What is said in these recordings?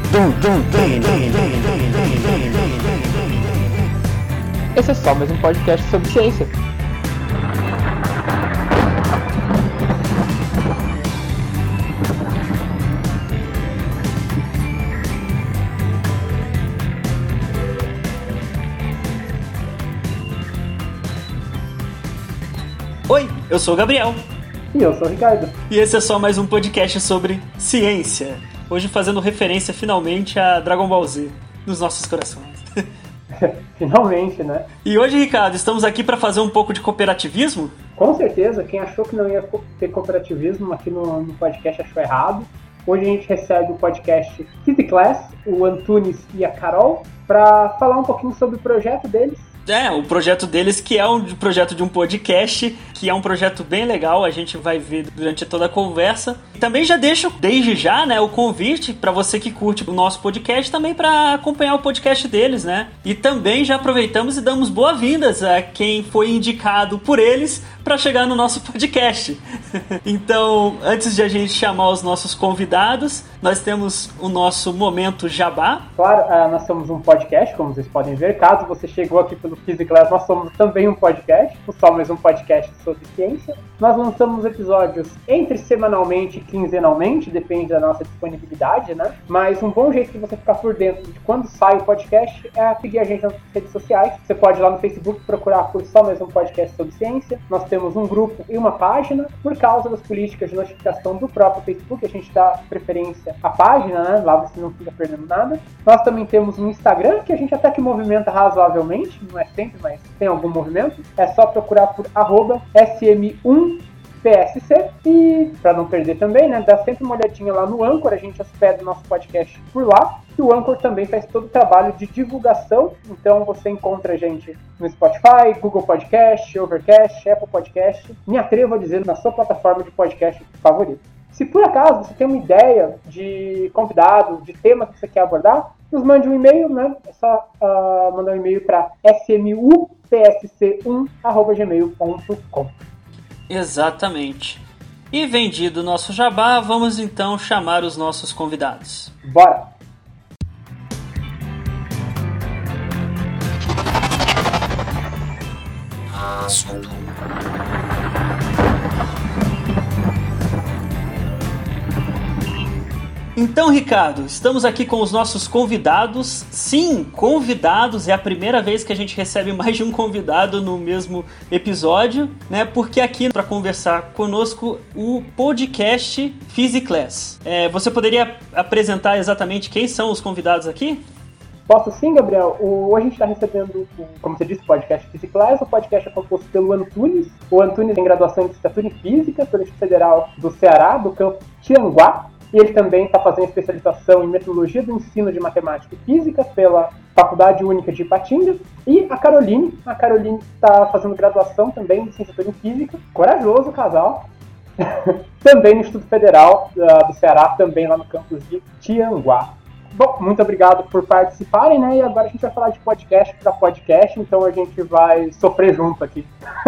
Esse é só mais um podcast sobre ciência. Oi, eu sou o Gabriel. E eu sou o Ricardo. E esse é só mais um podcast sobre ciência. Hoje fazendo referência finalmente a Dragon Ball Z nos nossos corações. Finalmente, né? E hoje, Ricardo, estamos aqui para fazer um pouco de cooperativismo? Com certeza, quem achou que não ia ter cooperativismo aqui no podcast achou errado. Hoje a gente recebe o podcast Physics Class, o Antunes e a Carol, para falar um pouquinho sobre o projeto deles. O projeto deles, que é um projeto de um podcast, que é um projeto bem legal, a gente vai ver durante toda a conversa. Também já deixo, desde já, né, o convite para você que curte o nosso podcast, também para acompanhar o podcast deles, né? E também já aproveitamos e damos boas-vindas a quem foi indicado por eles para chegar no nosso podcast. Então, antes de a gente chamar os nossos convidados, nós temos o nosso momento jabá. Claro, nós somos um podcast, como vocês podem ver. Caso você chegou aqui pelo Physics Class, nós somos também um podcast, só mais um podcast sobre ciência. Nós lançamos episódios entre semanalmente e quinzenalmente, depende da nossa disponibilidade, né? Mas um bom jeito de você ficar por dentro de quando sai o podcast é seguir a gente nas redes sociais. Você pode ir lá no Facebook procurar por só mais um podcast sobre ciência. Nós temos um grupo e uma página. Por causa das políticas de notificação do próprio Facebook, a gente dá preferência à página, né? Lá você não fica perdendo nada. Nós também temos um Instagram, que a gente até que movimenta razoavelmente, não é sempre, mas tem algum movimento. É só procurar por @sm1PSC. E, para não perder também, né, dá sempre uma olhadinha lá no Anchor, a gente hospeda o nosso podcast por lá. E o Anchor também faz todo o trabalho de divulgação, então você encontra a gente no Spotify, Google Podcast, Overcast, Apple Podcast. Me atrevo a dizer na sua plataforma de podcast favorita. Se por acaso você tem uma ideia de convidado, de tema que você quer abordar, nos mande um e-mail, né? É só mandar um e-mail para smupsc1@gmail.com. Exatamente. E vendido o nosso jabá, vamos então chamar os nossos convidados. Bora! Então, Ricardo, estamos aqui com os nossos convidados. Sim, convidados. É a primeira vez que a gente recebe mais de um convidado no mesmo episódio, né? Porque aqui, para conversar conosco, o podcast Physics Class. Você poderia apresentar exatamente quem são os convidados aqui? Posso sim, Gabriel. Hoje a gente está recebendo, como você disse, o podcast Physics Class. O podcast é composto pelo Antunes. O Antunes tem graduação em Licenciatura em Física pela Instituto Federal do Ceará, do campo Tianguá. E ele também está fazendo especialização em Metodologia do Ensino de Matemática e Física pela Faculdade Única de Ipatinga. E a Caroline está fazendo graduação também em Licenciatura em Física. Corajoso casal. Também no Instituto Federal do Ceará, também lá no campus de Tianguá. Bom, muito obrigado por participarem, né? E agora a gente vai falar de podcast para podcast, então a gente vai sofrer junto aqui.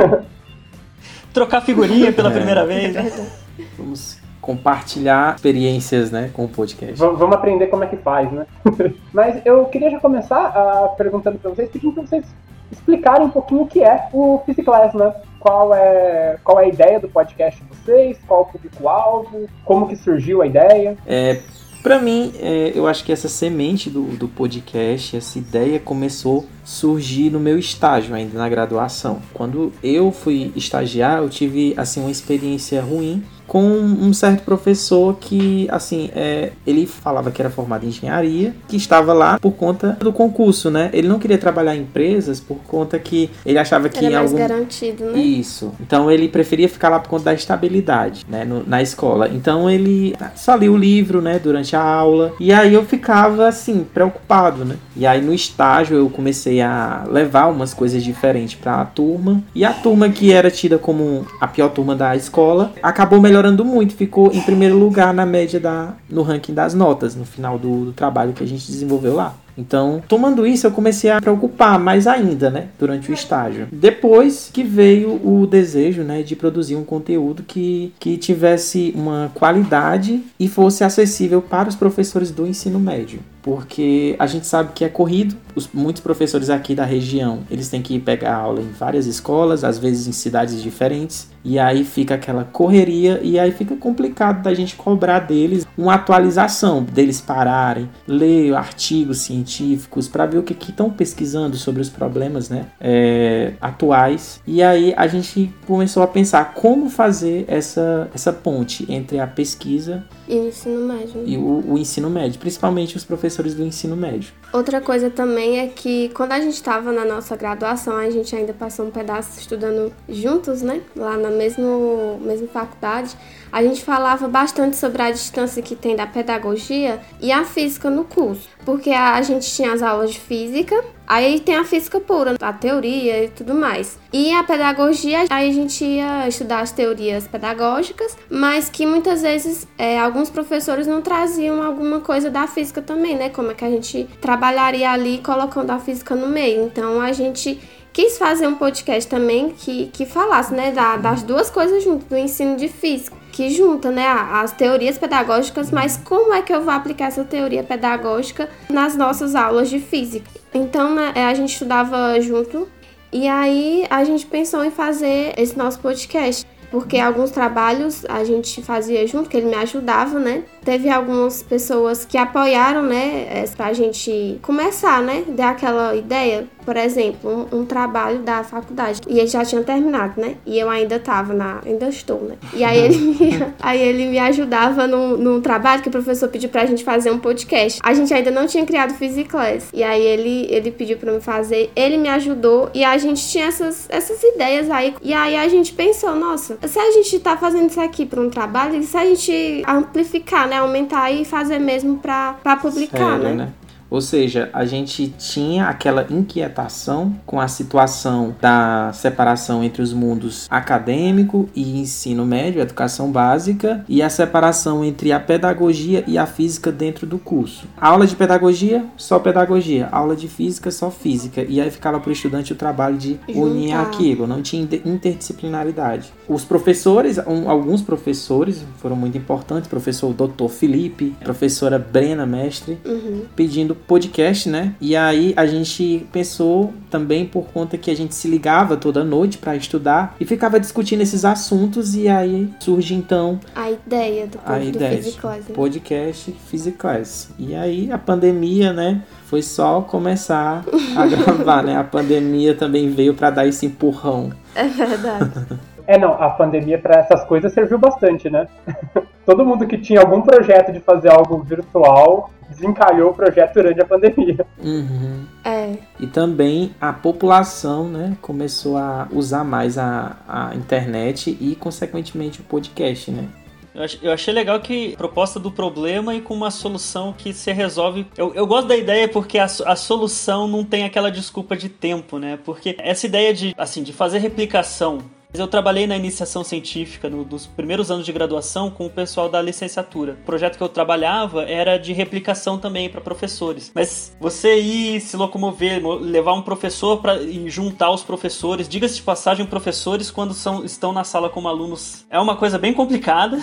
Trocar figurinha pela primeira vez, né? Vamos compartilhar experiências, né, com o podcast. Vamos aprender como é que faz, né? Mas eu queria já começar perguntando para vocês, pedindo para vocês explicarem um pouquinho o que é o Physics Class, né? Qual é a ideia do podcast de vocês, qual o público-alvo, como que surgiu a ideia? Para mim, eu acho que essa semente do podcast, essa ideia começou a surgir no meu estágio ainda na graduação. Quando eu fui estagiar, eu tive assim uma experiência ruim com um certo professor que, assim, ele falava que era formado em engenharia, que estava lá por conta do concurso, né? Ele não queria trabalhar em empresas por conta que ele achava que era mais garantido, né? Isso. Então ele preferia ficar lá por conta da estabilidade, né, na escola. Então ele só lia o livro, né, durante a aula. E aí eu ficava, assim, preocupado, né? E aí no estágio eu comecei a levar umas coisas diferentes para a turma. E a turma que era tida como a pior turma da escola acabou melhorando muito, ficou em primeiro lugar na média no ranking das notas, no final do trabalho que a gente desenvolveu lá. Então, tomando isso, eu comecei a preocupar mais ainda, né, durante o estágio. Depois que veio o desejo, né, de produzir um conteúdo que tivesse uma qualidade e fosse acessível para os professores do ensino médio. Porque a gente sabe que é corrido, muitos professores aqui da região, eles têm que ir pegar aula em várias escolas, às vezes em cidades diferentes, e aí fica aquela correria, e aí fica complicado da gente cobrar deles uma atualização, deles pararem, ler artigos científicos para ver o que estão pesquisando sobre os problemas, né, atuais. E aí a gente começou a pensar como fazer essa ponte entre a pesquisa e o ensino médio. E o ensino médio, principalmente os professores do ensino médio. Outra coisa também é que quando a gente estava na nossa graduação, a gente ainda passou um pedaço estudando juntos, né? Lá na mesma faculdade. A gente falava bastante sobre a distância que tem da pedagogia e a física no curso. Porque a gente tinha as aulas de física, aí tem a física pura, a teoria e tudo mais. E a pedagogia, aí a gente ia estudar as teorias pedagógicas, mas que muitas vezes alguns professores não traziam alguma coisa da física também, né? Como é que a gente trabalharia ali colocando a física no meio. Então a gente quis fazer um podcast também que falasse, né, das duas coisas juntas, do ensino de física, que junta, né, as teorias pedagógicas, mas como é que eu vou aplicar essa teoria pedagógica nas nossas aulas de física? Então, né, a gente estudava junto e aí a gente pensou em fazer esse nosso podcast. Porque alguns trabalhos a gente fazia junto, que ele me ajudava, né? Teve algumas pessoas que apoiaram, né? Pra gente começar, né? Dar aquela ideia. Por exemplo, um trabalho da faculdade. E ele já tinha terminado, né? E eu ainda estou, né? E aí ele me ajudava num trabalho que o professor pediu pra gente fazer um podcast. A gente ainda não tinha criado Physiclass. E aí ele pediu pra me fazer, ele me ajudou e a gente tinha essas ideias aí. E aí a gente pensou, nossa, se a gente tá fazendo isso aqui pra um trabalho, e se a gente amplificar, né? Aumentar e fazer mesmo pra publicar, sério, né? Ou seja, a gente tinha aquela inquietação com a situação da separação entre os mundos acadêmico e ensino médio, educação básica, e a separação entre a pedagogia e a física dentro do curso. A aula de pedagogia, só pedagogia. A aula de física, só física. E aí ficava para o estudante o trabalho de unir aquilo, não tinha interdisciplinaridade. Os professores, alguns professores foram muito importantes, professor Dr. Felipe, professora Brena Mestre, pedindo podcast, né? E aí a gente pensou também por conta que a gente se ligava toda noite para estudar e ficava discutindo esses assuntos e aí surge então a ideia do Physiclass, né? Podcast Physiclass. E aí a pandemia, né? Foi só começar a gravar, né? A pandemia também veio para dar esse empurrão. É verdade. A pandemia para essas coisas serviu bastante, né? Todo mundo que tinha algum projeto de fazer algo virtual desencalhou o projeto durante a pandemia. E também a população, né, começou a usar mais a internet e, consequentemente, o podcast, né? Eu achei legal que a proposta do problema e com uma solução que se resolve. Eu gosto da ideia porque a solução não tem aquela desculpa de tempo, né? Porque essa ideia de fazer replicação. Eu trabalhei na iniciação científica nos primeiros anos de graduação com o pessoal da licenciatura. O projeto que eu trabalhava era de replicação também para professores. Mas você ir se locomover, levar um professor e juntar os professores, diga-se de passagem, professores quando estão na sala como alunos, é uma coisa bem complicada.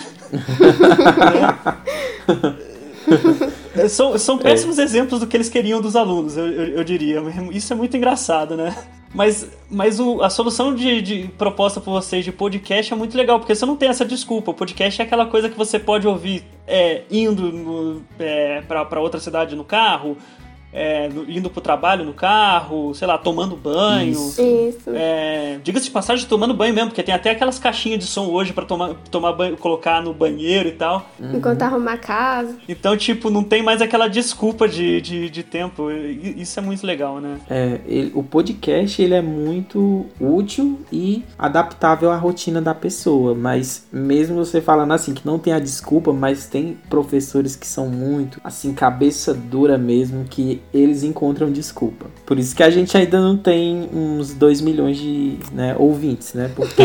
São péssimos exemplos do que eles queriam dos alunos, eu diria. Isso é muito engraçado, né? Mas a solução de proposta por vocês de podcast é muito legal, porque você não tem essa desculpa. O podcast é aquela coisa que você pode ouvir indo para outra cidade no carro, indo pro trabalho no carro, sei lá, tomando banho. Isso. Diga-se de passagem, tomando banho mesmo, porque tem até aquelas caixinhas de som hoje pra tomar banho, colocar no banheiro e tal. Enquanto arrumar a casa. Então, não tem mais aquela desculpa de tempo. Isso é muito legal, né? O podcast, ele é muito útil e adaptável à rotina da pessoa, mas mesmo você falando assim, que não tem a desculpa, mas tem professores que são muito, assim, cabeça dura mesmo, que eles encontram desculpa. Por isso que a gente ainda não tem uns 2 milhões de ouvintes, né? Porque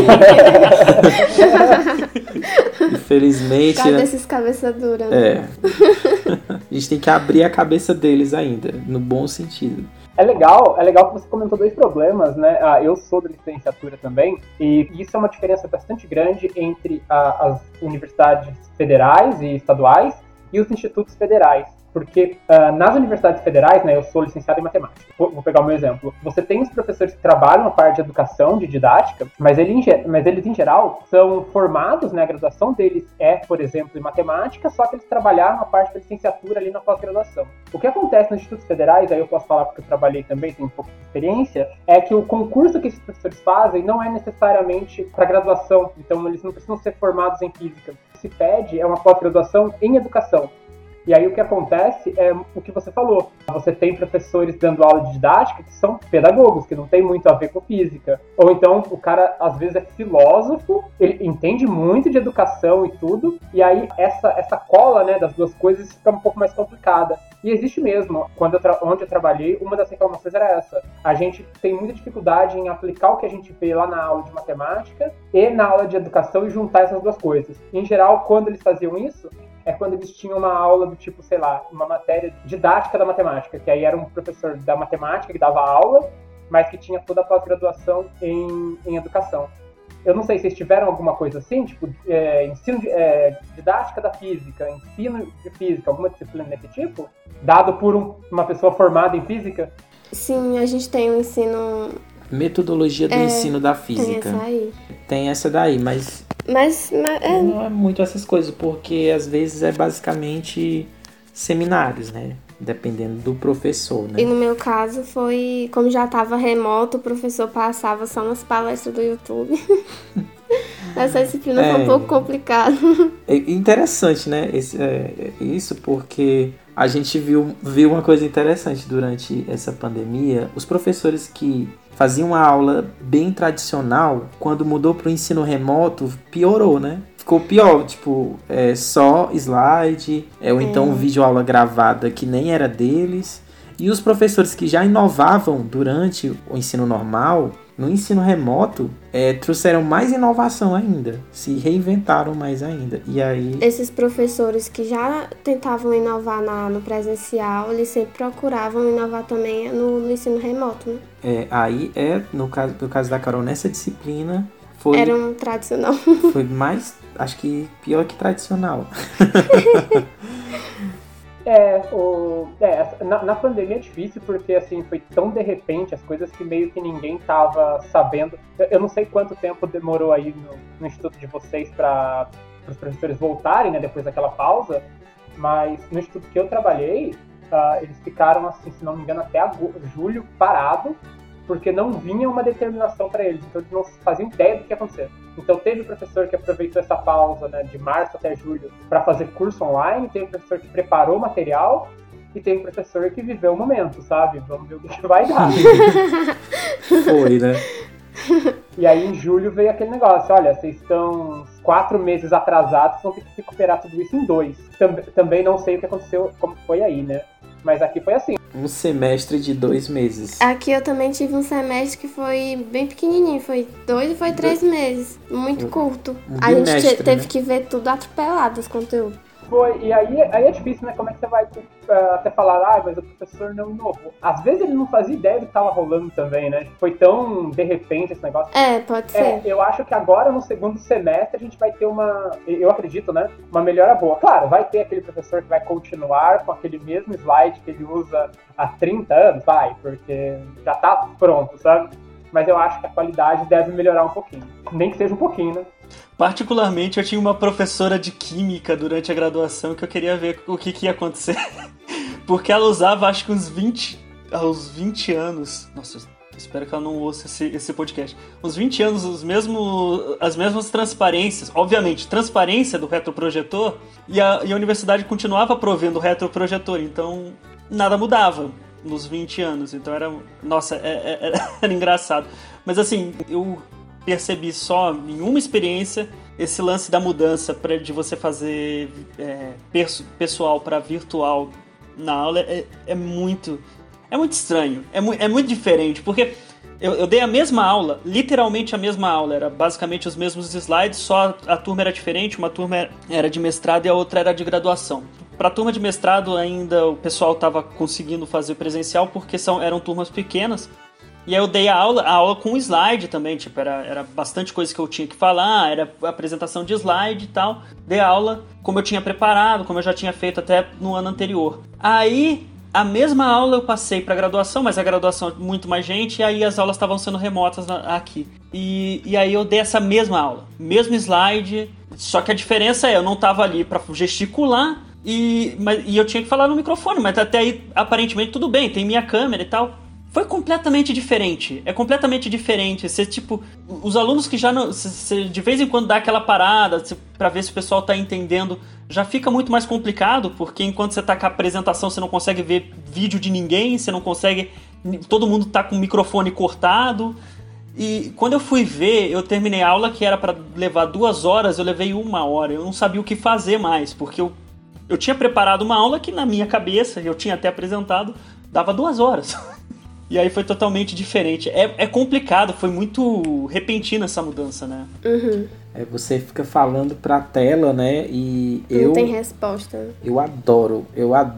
infelizmente... Cada desses cabeça dura, né? gente tem que abrir a cabeça deles ainda, no bom sentido. É legal que você comentou dois problemas, né? Eu sou da licenciatura também, e isso é uma diferença bastante grande entre as universidades federais e estaduais e os institutos federais. Porque nas universidades federais, né, eu sou licenciado em matemática. Vou pegar o meu exemplo. Você tem os professores que trabalham a parte de educação, de didática, mas eles, em geral, são formados, né, a graduação deles é, por exemplo, em matemática, só que eles trabalharam a parte da licenciatura ali na pós-graduação. O que acontece nos institutos federais, aí eu posso falar porque eu trabalhei também, tenho um pouco de experiência, é que o concurso que esses professores fazem não é necessariamente para graduação, então eles não precisam ser formados em física. O que se pede é uma pós-graduação em educação. E aí o que acontece é o que você falou. Você tem professores dando aula de didática que são pedagogos, que não tem muito a ver com física. Ou então o cara, às vezes, é filósofo, ele entende muito de educação e tudo, e aí essa cola, né, das duas coisas fica um pouco mais complicada. E existe mesmo. Onde eu trabalhei, uma das reclamações era essa. A gente tem muita dificuldade em aplicar o que a gente vê lá na aula de matemática e na aula de educação e juntar essas duas coisas. Em geral, quando eles faziam isso, é quando eles tinham uma aula do tipo, sei lá, uma matéria didática da matemática, que aí era um professor da matemática que dava aula, mas que tinha toda a pós-graduação em educação. Eu não sei se vocês tiveram alguma coisa assim, tipo, didática da física, ensino de física, alguma disciplina desse tipo, dado por uma pessoa formada em física? Sim, a gente tem um ensino... Metodologia do ensino da física. Tem essa aí. Tem essa daí, mas não é muito essas coisas, porque às vezes é basicamente seminários, né? Dependendo do professor, né? E no meu caso foi, como já estava remoto, o professor passava só nas palestras do YouTube. Essa disciplina foi um pouco complicada. É interessante, né? Isso porque a gente viu uma coisa interessante durante essa pandemia. Os professores que faziam uma aula bem tradicional, quando mudou para o ensino remoto, piorou, né? Ficou pior, tipo, só slide, ou então videoaula gravada que nem era deles. E os professores que já inovavam durante o ensino normal, no ensino remoto, trouxeram mais inovação ainda, se reinventaram mais ainda. E aí... Esses professores que já tentavam inovar no presencial, eles sempre procuravam inovar também no ensino remoto, né? Aí no caso da Carol, nessa disciplina, era um tradicional. Foi mais, acho que pior que tradicional. Na pandemia é difícil porque assim, foi tão de repente as coisas que meio que ninguém tava sabendo. Eu não sei quanto tempo demorou aí no instituto de vocês para os professores voltarem, né, depois daquela pausa, mas no instituto que eu trabalhei, eles ficaram, assim, se não me engano, até julho parado, porque não vinha uma determinação para eles, então eles não faziam ideia do que ia acontecer. Então teve professor que aproveitou essa pausa, né, de março até julho para fazer curso online, teve professor que preparou material e teve professor que viveu o momento, sabe? Vamos ver o que vai dar. Foi, né? E aí em julho veio aquele negócio, olha, vocês estão 4 meses atrasados, vão ter que recuperar tudo isso em 2. Também não sei o que aconteceu, como foi aí, né? Mas aqui foi assim. Um semestre de 2 meses. Aqui eu também tive um semestre que foi bem pequenininho, foi 2 e foi 3 meses. Muito curto. A gente teve que ver tudo atropelado, os conteúdos. Foi, e aí é difícil, né? Como é que você vai até falar, mas o professor não inovou. Às vezes ele não fazia ideia do que estava rolando também, né? Foi tão de repente esse negócio. Pode ser. Eu acho que agora, no segundo semestre, a gente vai ter eu acredito, né? Uma melhora boa. Claro, vai ter aquele professor que vai continuar com aquele mesmo slide que ele usa há 30 anos, porque já tá pronto, sabe? Mas eu acho que a qualidade deve melhorar um pouquinho. Nem que seja um pouquinho, né? Particularmente, eu tinha uma professora de química durante a graduação que eu queria ver o que ia acontecer. Porque ela usava, acho que aos 20 anos... Nossa, espero que ela não ouça esse podcast. Uns 20 anos, as mesmas transparências. Obviamente, transparência do retroprojetor. E a universidade continuava provendo o retroprojetor. Então, nada mudava nos 20 anos. Então, era engraçado. Mas, assim, eu percebi só em uma experiência esse lance da mudança de você fazer pessoal para virtual na aula é muito estranho, é muito diferente, porque eu dei a mesma aula, literalmente a mesma aula, era basicamente os mesmos slides, só a turma era diferente, uma turma era de mestrado e a outra era de graduação. Para a turma de mestrado ainda o pessoal estava conseguindo fazer presencial porque eram turmas pequenas. E aí eu dei a aula com slide também, tipo, era bastante coisa que eu tinha que falar, era apresentação de slide e tal. Dei a aula como eu tinha preparado, como eu já tinha feito até no ano anterior. Aí, a mesma aula eu passei para graduação, mas a graduação muito mais gente, e aí as aulas estavam sendo remotas aqui. E aí eu dei essa mesma aula, mesmo slide, só que a diferença eu não estava ali para gesticular, e eu tinha que falar no microfone, mas até aí aparentemente tudo bem, tem minha câmera e tal. Foi completamente diferente. É completamente diferente. Você, tipo, os alunos que já não... Você de vez em quando dá aquela parada pra ver se o pessoal tá entendendo, já fica muito mais complicado, porque enquanto você tá com a apresentação, você não consegue ver vídeo de ninguém, você não consegue... Todo mundo tá com o microfone cortado. E quando eu fui ver, eu terminei a aula que era pra levar 2 horas, eu levei 1 hora. Eu não sabia o que fazer mais, porque eu tinha preparado uma aula que na minha cabeça, eu tinha até apresentado, dava 2 horas. E aí foi totalmente diferente. É complicado, foi muito repentina essa mudança, né? Uhum. Você fica falando pra tela, né? E não tem resposta. Eu adoro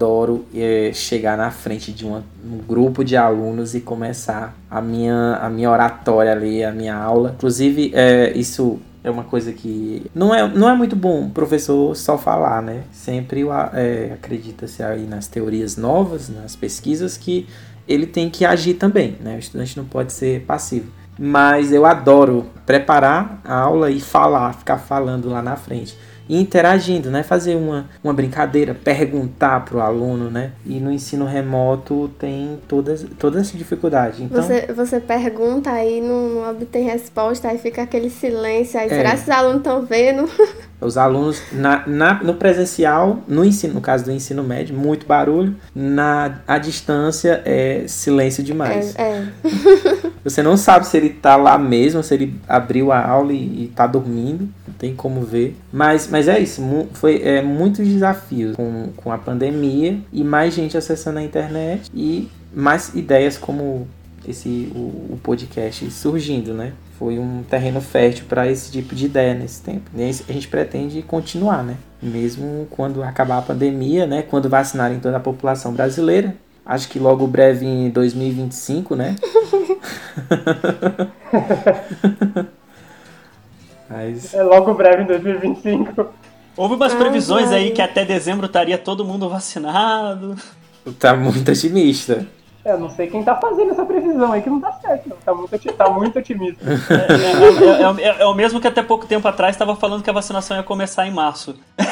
chegar na frente de um grupo de alunos e começar a minha oratória ali, a minha aula. Inclusive, isso é uma coisa que não é muito bom o professor só falar, né? Sempre acredita-se aí nas teorias novas, nas pesquisas, que ele tem que agir também, né? O estudante não pode ser passivo. Mas eu adoro preparar a aula e ficar falando lá na frente. E interagindo, né? Fazer uma brincadeira, perguntar para o aluno, né? E no ensino remoto tem toda essa dificuldade. Então, você pergunta, aí não obtém resposta, aí fica aquele silêncio. Aí será que os alunos estão vendo? Os alunos, no presencial, no caso do ensino médio, muito barulho. À distância, é silêncio demais. Você não sabe se ele tá lá mesmo, se ele abriu a aula e tá dormindo. Não tem como ver. Mas é isso. Foi muitos desafios com a pandemia e mais gente acessando a internet e mais ideias como o podcast surgindo, né? Foi um terreno fértil para esse tipo de ideia nesse tempo. E a gente pretende continuar, né? Mesmo quando acabar a pandemia, né? Quando vacinarem toda a população brasileira. Acho que logo breve em 2025, né? Mas... logo breve em 2025. Houve umas previsões aí que até dezembro estaria todo mundo vacinado. Tá muito otimista. Eu não sei quem tá fazendo essa previsão aí, que não tá certo, não. Tá muito otimista. É o mesmo que até pouco tempo atrás estava falando que a vacinação ia começar em março.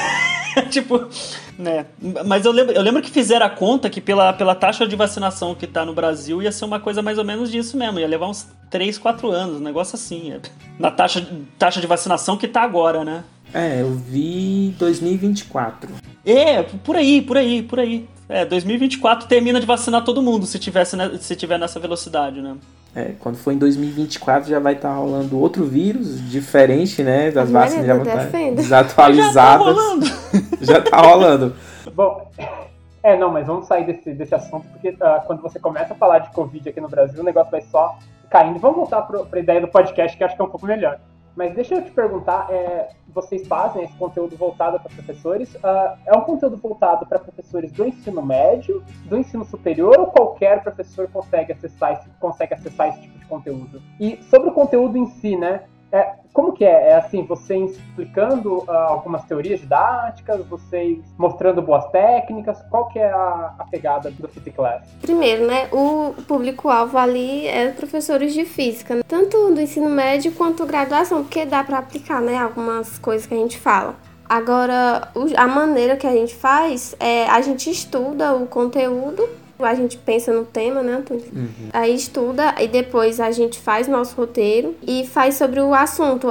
Tipo, né? Mas eu lembro que fizeram a conta que pela taxa de vacinação que tá no Brasil ia ser uma coisa mais ou menos disso mesmo. Ia levar uns 3, 4 anos, um negócio assim. Na taxa de vacinação que tá agora, né? Eu vi 2024. Por aí. 2024 termina de vacinar todo mundo, se tiver nessa velocidade, né? Quando for em 2024 já vai estar rolando outro vírus diferente, né? Das vacinas já vão estar desatualizadas. Já tá rolando. Bom, não, mas vamos sair desse assunto, porque quando você começa a falar de Covid aqui no Brasil, o negócio vai só caindo. Vamos voltar para a ideia do podcast, que acho que é um pouco melhor. Mas deixa eu te perguntar, vocês fazem esse conteúdo voltado para professores? É um conteúdo voltado para professores do ensino médio, do ensino superior, ou qualquer professor consegue acessar esse tipo de conteúdo? E sobre o conteúdo em si, né? Como que é? É assim, vocês explicando algumas teorias didáticas, vocês mostrando boas técnicas? Qual que é a pegada do Physics Class? Primeiro, né, o público-alvo ali é professores de física, tanto do ensino médio quanto graduação, porque dá para aplicar, né, algumas coisas que a gente fala. Agora, a maneira que a gente faz a gente estuda o conteúdo. A gente pensa no tema, né, Antônio? Uhum. Aí estuda e depois a gente faz nosso roteiro e faz sobre o assunto.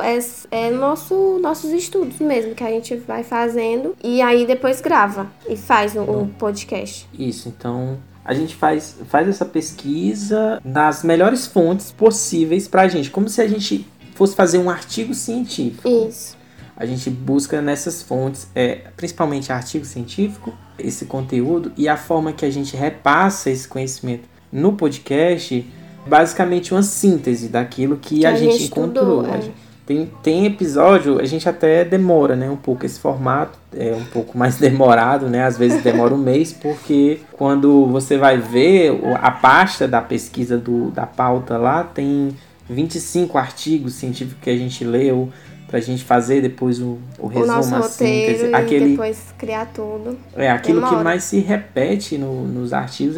Nossos estudos mesmo, que a gente vai fazendo e aí depois grava e faz o podcast. Isso, então a gente faz essa pesquisa nas melhores fontes possíveis pra gente, como se a gente fosse fazer um artigo científico. Isso. A gente busca nessas fontes, principalmente artigo científico, esse conteúdo, e a forma que a gente repassa esse conhecimento no podcast, basicamente uma síntese daquilo que a gente encontrou. Tem episódio, a gente até demora, né, um pouco esse formato, é um pouco mais demorado, né, às vezes demora um mês, porque quando você vai ver a pasta da pesquisa da pauta lá, tem 25 artigos científicos que a gente leu, pra gente fazer depois o resumo, o nosso a síntese, roteiro, e depois criar tudo. Aquilo demora. Que mais se repete nos artigos,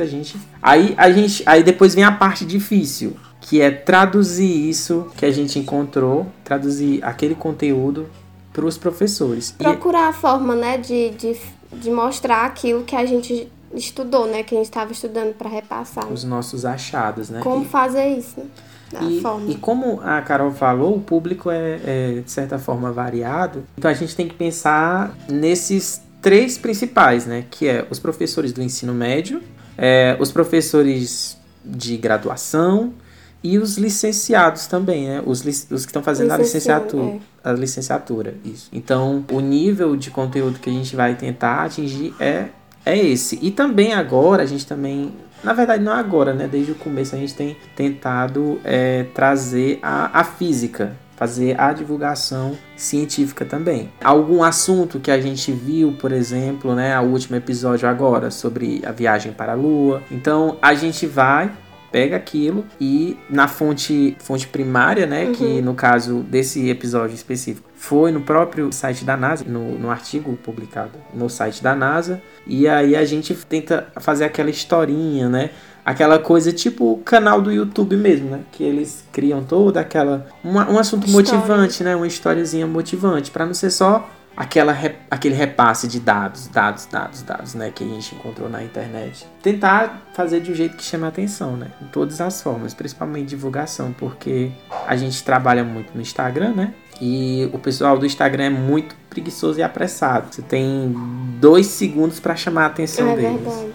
aí depois vem a parte difícil, que é traduzir isso que a gente encontrou, traduzir aquele conteúdo para os professores. Procurar a forma, né, de mostrar aquilo que a gente estudou, né, que a gente estava estudando para repassar. Os nossos achados, né? Como fazer isso, né? E como a Carol falou, o público é de certa forma variado, então a gente tem que pensar nesses 3 principais, né? Que é os professores do ensino médio, os professores de graduação e os licenciados também, né? Os que estão fazendo a licenciatura. Isso. Então, o nível de conteúdo que a gente vai tentar atingir é esse. E também agora, a gente também... Na verdade, não agora, né? Desde o começo a gente tem tentado trazer a física, fazer a divulgação científica também. Algum assunto que a gente viu, por exemplo, né? O último episódio agora, sobre a viagem para a Lua. Então, a gente pega aquilo e na fonte primária, né? Uhum. Que no caso desse episódio específico foi no próprio site da NASA, no artigo publicado no site da NASA, e aí a gente tenta fazer aquela historinha, né? Aquela coisa tipo o canal do YouTube mesmo, né? Que eles criam toda aquela... um assunto motivante, né? Uma historiazinha motivante, para não ser só aquele repasse de dados, né, que a gente encontrou na internet. Tentar fazer de um jeito que chame a atenção, né, em todas as formas, principalmente divulgação, porque a gente trabalha muito no Instagram, né, e o pessoal do Instagram é muito preguiçoso e apressado. Você tem 2 segundos para chamar a atenção deles. Verdade.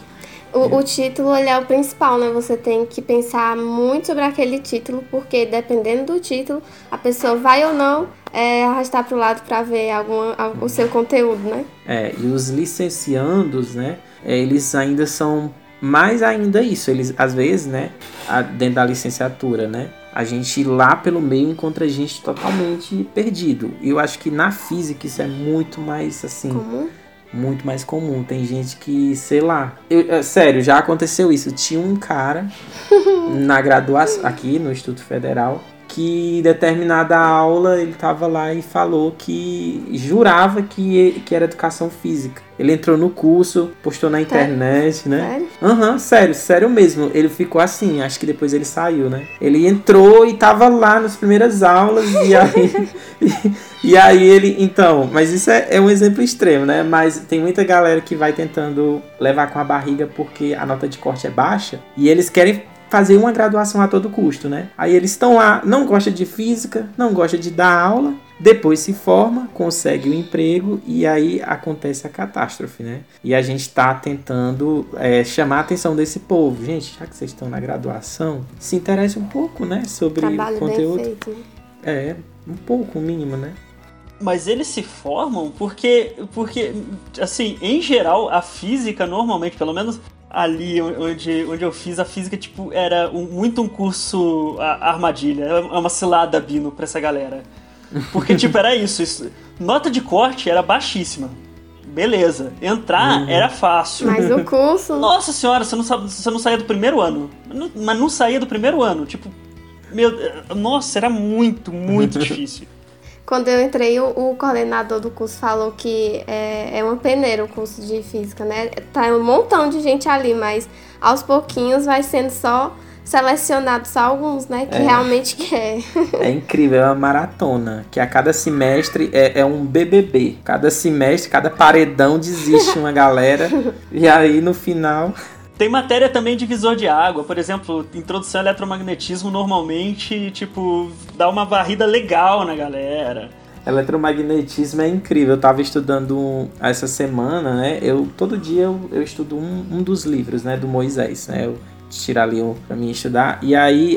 O título, ele é o principal, né? Você tem que pensar muito sobre aquele título, porque dependendo do título, a pessoa vai ou não arrastar para o lado para ver o seu conteúdo, né? E os licenciandos, né? Eles ainda são mais ainda isso. Eles, às vezes, né? Dentro da licenciatura, né? A gente lá pelo meio encontra gente totalmente perdido. E eu acho que na física isso é muito mais, assim... Comum? Muito mais comum. Tem gente que, sei lá... sério, já aconteceu isso. Tinha um cara na graduação, aqui no Instituto Federal, que em determinada aula ele tava lá e falou que jurava que era educação física. Ele entrou no curso, postou na internet, né? Sério? Sério mesmo. Ele ficou assim, acho que depois ele saiu, né? Ele entrou e tava lá nas primeiras aulas e aí... e aí ele... Então, mas isso é um exemplo extremo, né? Mas tem muita galera que vai tentando levar com a barriga porque a nota de corte é baixa e eles querem fazer uma graduação a todo custo, né? Aí eles estão lá, não gostam de física, não gostam de dar aula, depois se forma, consegue o emprego e aí acontece a catástrofe, né? E a gente está tentando chamar a atenção desse povo. Gente, já que vocês estão na graduação, se interesse um pouco, né? Sobre trabalho o conteúdo. Bem feito. Um pouco, o mínimo, né? Mas eles se formam porque, assim, em geral, a física normalmente, pelo menos ali onde eu fiz a física, tipo, era muito um curso armadilha, é uma cilada, Bino, pra essa galera. Porque, tipo, era isso. Nota de corte era baixíssima. Beleza. Entrar era fácil. Mas o curso... Nossa senhora, você não saía do primeiro ano. Mas não saía do primeiro ano. Tipo, nossa, era muito, muito difícil. Quando eu entrei, o coordenador do curso falou que é uma peneira o curso de física, né? Tá um montão de gente ali, mas aos pouquinhos vai sendo só selecionado só alguns, né? Que realmente quer. É incrível, é uma maratona. Que a cada semestre é um BBB. Cada semestre, cada paredão desiste uma galera. E aí, no final... Tem matéria também de divisor de água, por exemplo, introdução ao eletromagnetismo normalmente, tipo, dá uma varrida legal na galera. Eletromagnetismo é incrível, eu tava estudando essa semana, né, todo dia eu estudo um dos livros, né, do Moisés, né, eu tiro ali pra mim estudar, e aí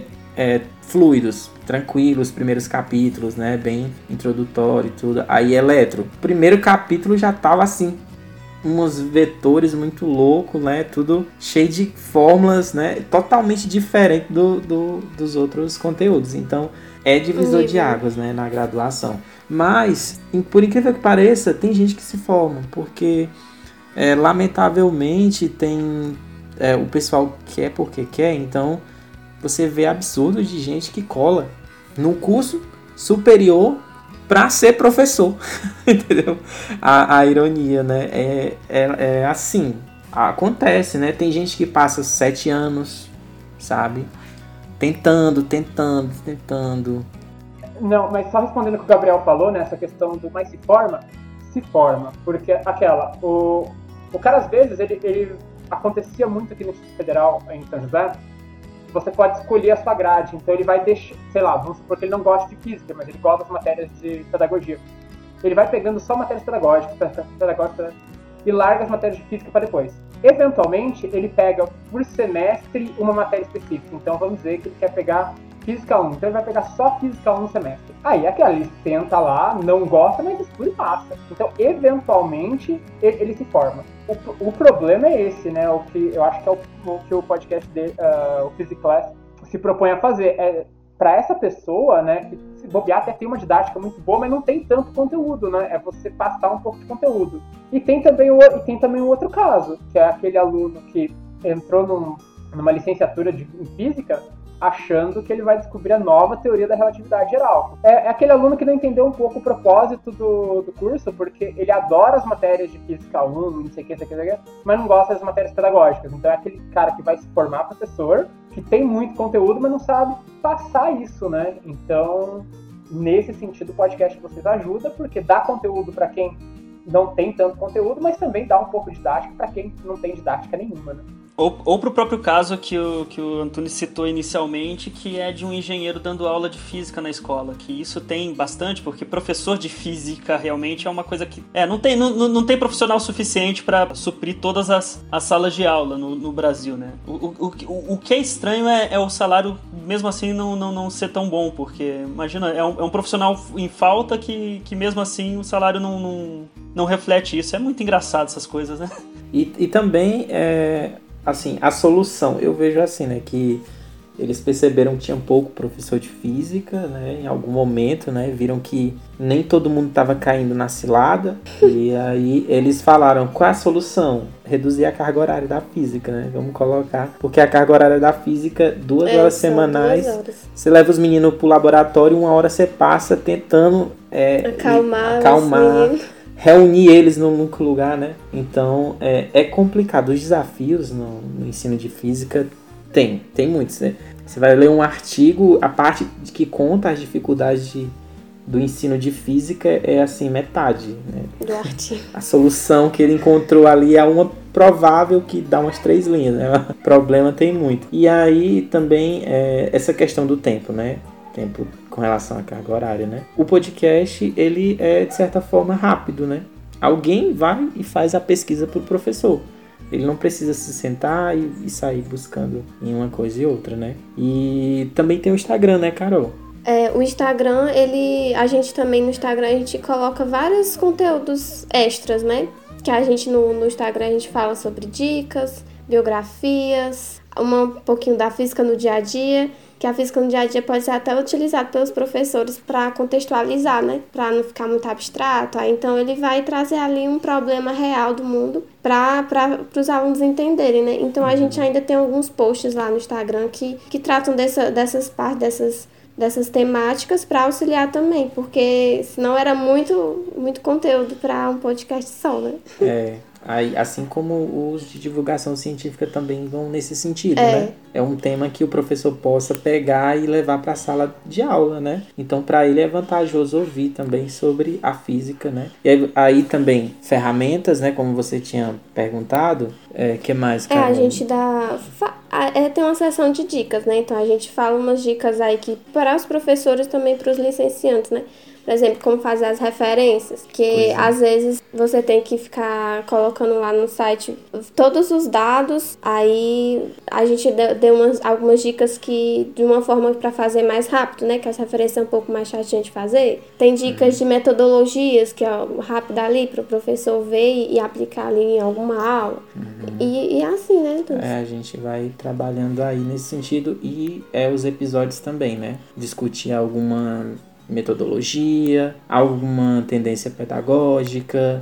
fluidos, tranquilos, primeiros capítulos, né, bem introdutório e tudo, aí o primeiro capítulo já tava assim, uns vetores muito loucos, né? Tudo cheio de fórmulas, né? Totalmente diferente dos outros conteúdos. Então, é divisor de águas, né, na graduação. Mas, por incrível que pareça, tem gente que se forma, porque lamentavelmente tem o pessoal quer porque quer, então você vê absurdos de gente que cola no curso superior para ser professor, entendeu? A ironia, né? É assim, acontece, né? Tem gente que passa 7 anos, sabe? Tentando. Não, mas só respondendo o que o Gabriel falou, né? Essa questão do mas se forma, porque o cara às vezes, ele acontecia muito aqui no Instituto Federal, em São José. Você pode escolher a sua grade, então ele vai deixar, sei lá, vamos supor que ele não gosta de física, mas ele gosta das matérias de pedagogia. Ele vai pegando só matérias pedagógicas e larga as matérias de física para depois. Eventualmente, ele pega por semestre uma matéria específica. Então vamos dizer que ele quer pegar Física 1, então ele vai pegar só Física 1 no semestre. Aí aquela, ele senta lá, não gosta, mas estuda e passa. Então, eventualmente, ele se forma. O problema é esse, né? O que eu acho que é o que o podcast dele, o PhysiClass, se propõe a fazer. Para essa pessoa, né, que se bobear até tem uma didática muito boa, mas não tem tanto conteúdo, né? É você passar um pouco de conteúdo. E tem também um outro caso, que é aquele aluno que entrou numa licenciatura em física, achando que ele vai descobrir a nova teoria da relatividade geral. É aquele aluno que não entendeu um pouco o propósito do curso, porque ele adora as matérias de Física 1, não sei o que, mas não gosta das matérias pedagógicas. Então é aquele cara que vai se formar professor, que tem muito conteúdo, mas não sabe passar isso, né? Então, nesse sentido, o podcast vocês ajuda, porque dá conteúdo para quem não tem tanto conteúdo, mas também dá um pouco de didática para quem não tem didática nenhuma, né? Ou pro próprio caso que o Antunes citou inicialmente, que é de um engenheiro dando aula de física na escola, que isso tem bastante, porque professor de física realmente é uma coisa que... não tem profissional suficiente para suprir todas as salas de aula no Brasil, né? O que é estranho é o salário, mesmo assim, não ser tão bom, porque, imagina, é um profissional em falta que mesmo assim o salário não reflete isso. É muito engraçado essas coisas, né? E também... assim, a solução, eu vejo assim, né, que eles perceberam que tinha pouco professor de física, né, em algum momento, né, viram que nem todo mundo estava caindo na cilada, e aí eles falaram, qual é a solução? Reduzir a carga horária da física, né, vamos colocar, porque a carga horária da física, 2 horas semanais, 2 horas. Você leva os meninos pro laboratório, 1 hora você passa tentando acalmar reunir eles num único lugar, né? Então, é complicado. Os desafios no ensino de física tem muitos, né? Você vai ler um artigo, a parte que conta as dificuldades do ensino de física é, assim, metade, né? Do artigo. A solução que ele encontrou ali é uma provável que dá umas 3 linhas, né? O problema tem muito. E aí, também, essa questão do tempo, né? Tempo com relação à carga horária, né? O podcast, ele é, de certa forma, rápido, né? Alguém vai e faz a pesquisa pro professor. Ele não precisa se sentar e sair buscando em uma coisa e outra, né? E também tem o Instagram, né, Carol? O Instagram, a gente também no Instagram, a gente coloca vários conteúdos extras, né? Que a gente no Instagram, a gente fala sobre dicas, biografias, um pouquinho da física no dia a dia, que a física no dia a dia pode ser até utilizada pelos professores para contextualizar, né? Para não ficar muito abstrato. Então, ele vai trazer ali um problema real do mundo para os alunos entenderem, né? Então, a gente ainda tem alguns posts lá no Instagram que tratam dessas partes, dessas temáticas para auxiliar também, porque senão era muito conteúdo para um podcast só, né? Aí, assim como os de divulgação científica também vão nesse sentido, né? É um tema que o professor possa pegar e levar para a sala de aula, né? Então, para ele é vantajoso ouvir também sobre a física, né? E aí também ferramentas, né? Como você tinha perguntado. Que mais, Carol? A gente tem uma seção de dicas, né? Então, a gente fala umas dicas aí que para os professores também para os licenciantes, né? Por exemplo, como fazer as referências, que às vezes você tem que ficar colocando lá no site todos os dados, aí a gente deu algumas dicas que de uma forma para fazer mais rápido, né, que as referências são um pouco mais chatinhas de fazer. Tem dicas de metodologias, que é rápido ali para o professor ver e aplicar ali em alguma aula. E assim, né? Então, a gente vai trabalhando aí nesse sentido e os episódios também, né? Discutir alguma metodologia, alguma tendência pedagógica.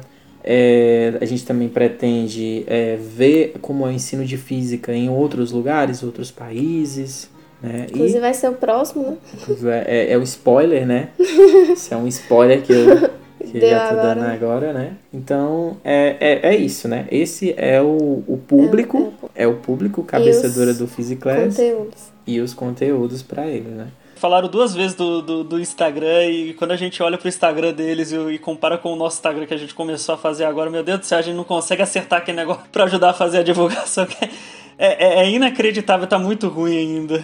A gente também pretende ver como é o ensino de física em outros lugares, outros países. Né? Inclusive vai ser o próximo, né? É o spoiler, né? Isso é um spoiler que eu já tô dando agora, né? Então, é isso, né? Esse é o público, é o público cabeçadora do Physiclass e os conteúdos para ele, né? Falaram 2 vezes do Instagram, e quando a gente olha pro Instagram deles e compara com o nosso Instagram que a gente começou a fazer agora, meu Deus do céu, a gente não consegue acertar aquele negócio pra ajudar a fazer a divulgação. É inacreditável, tá muito ruim ainda.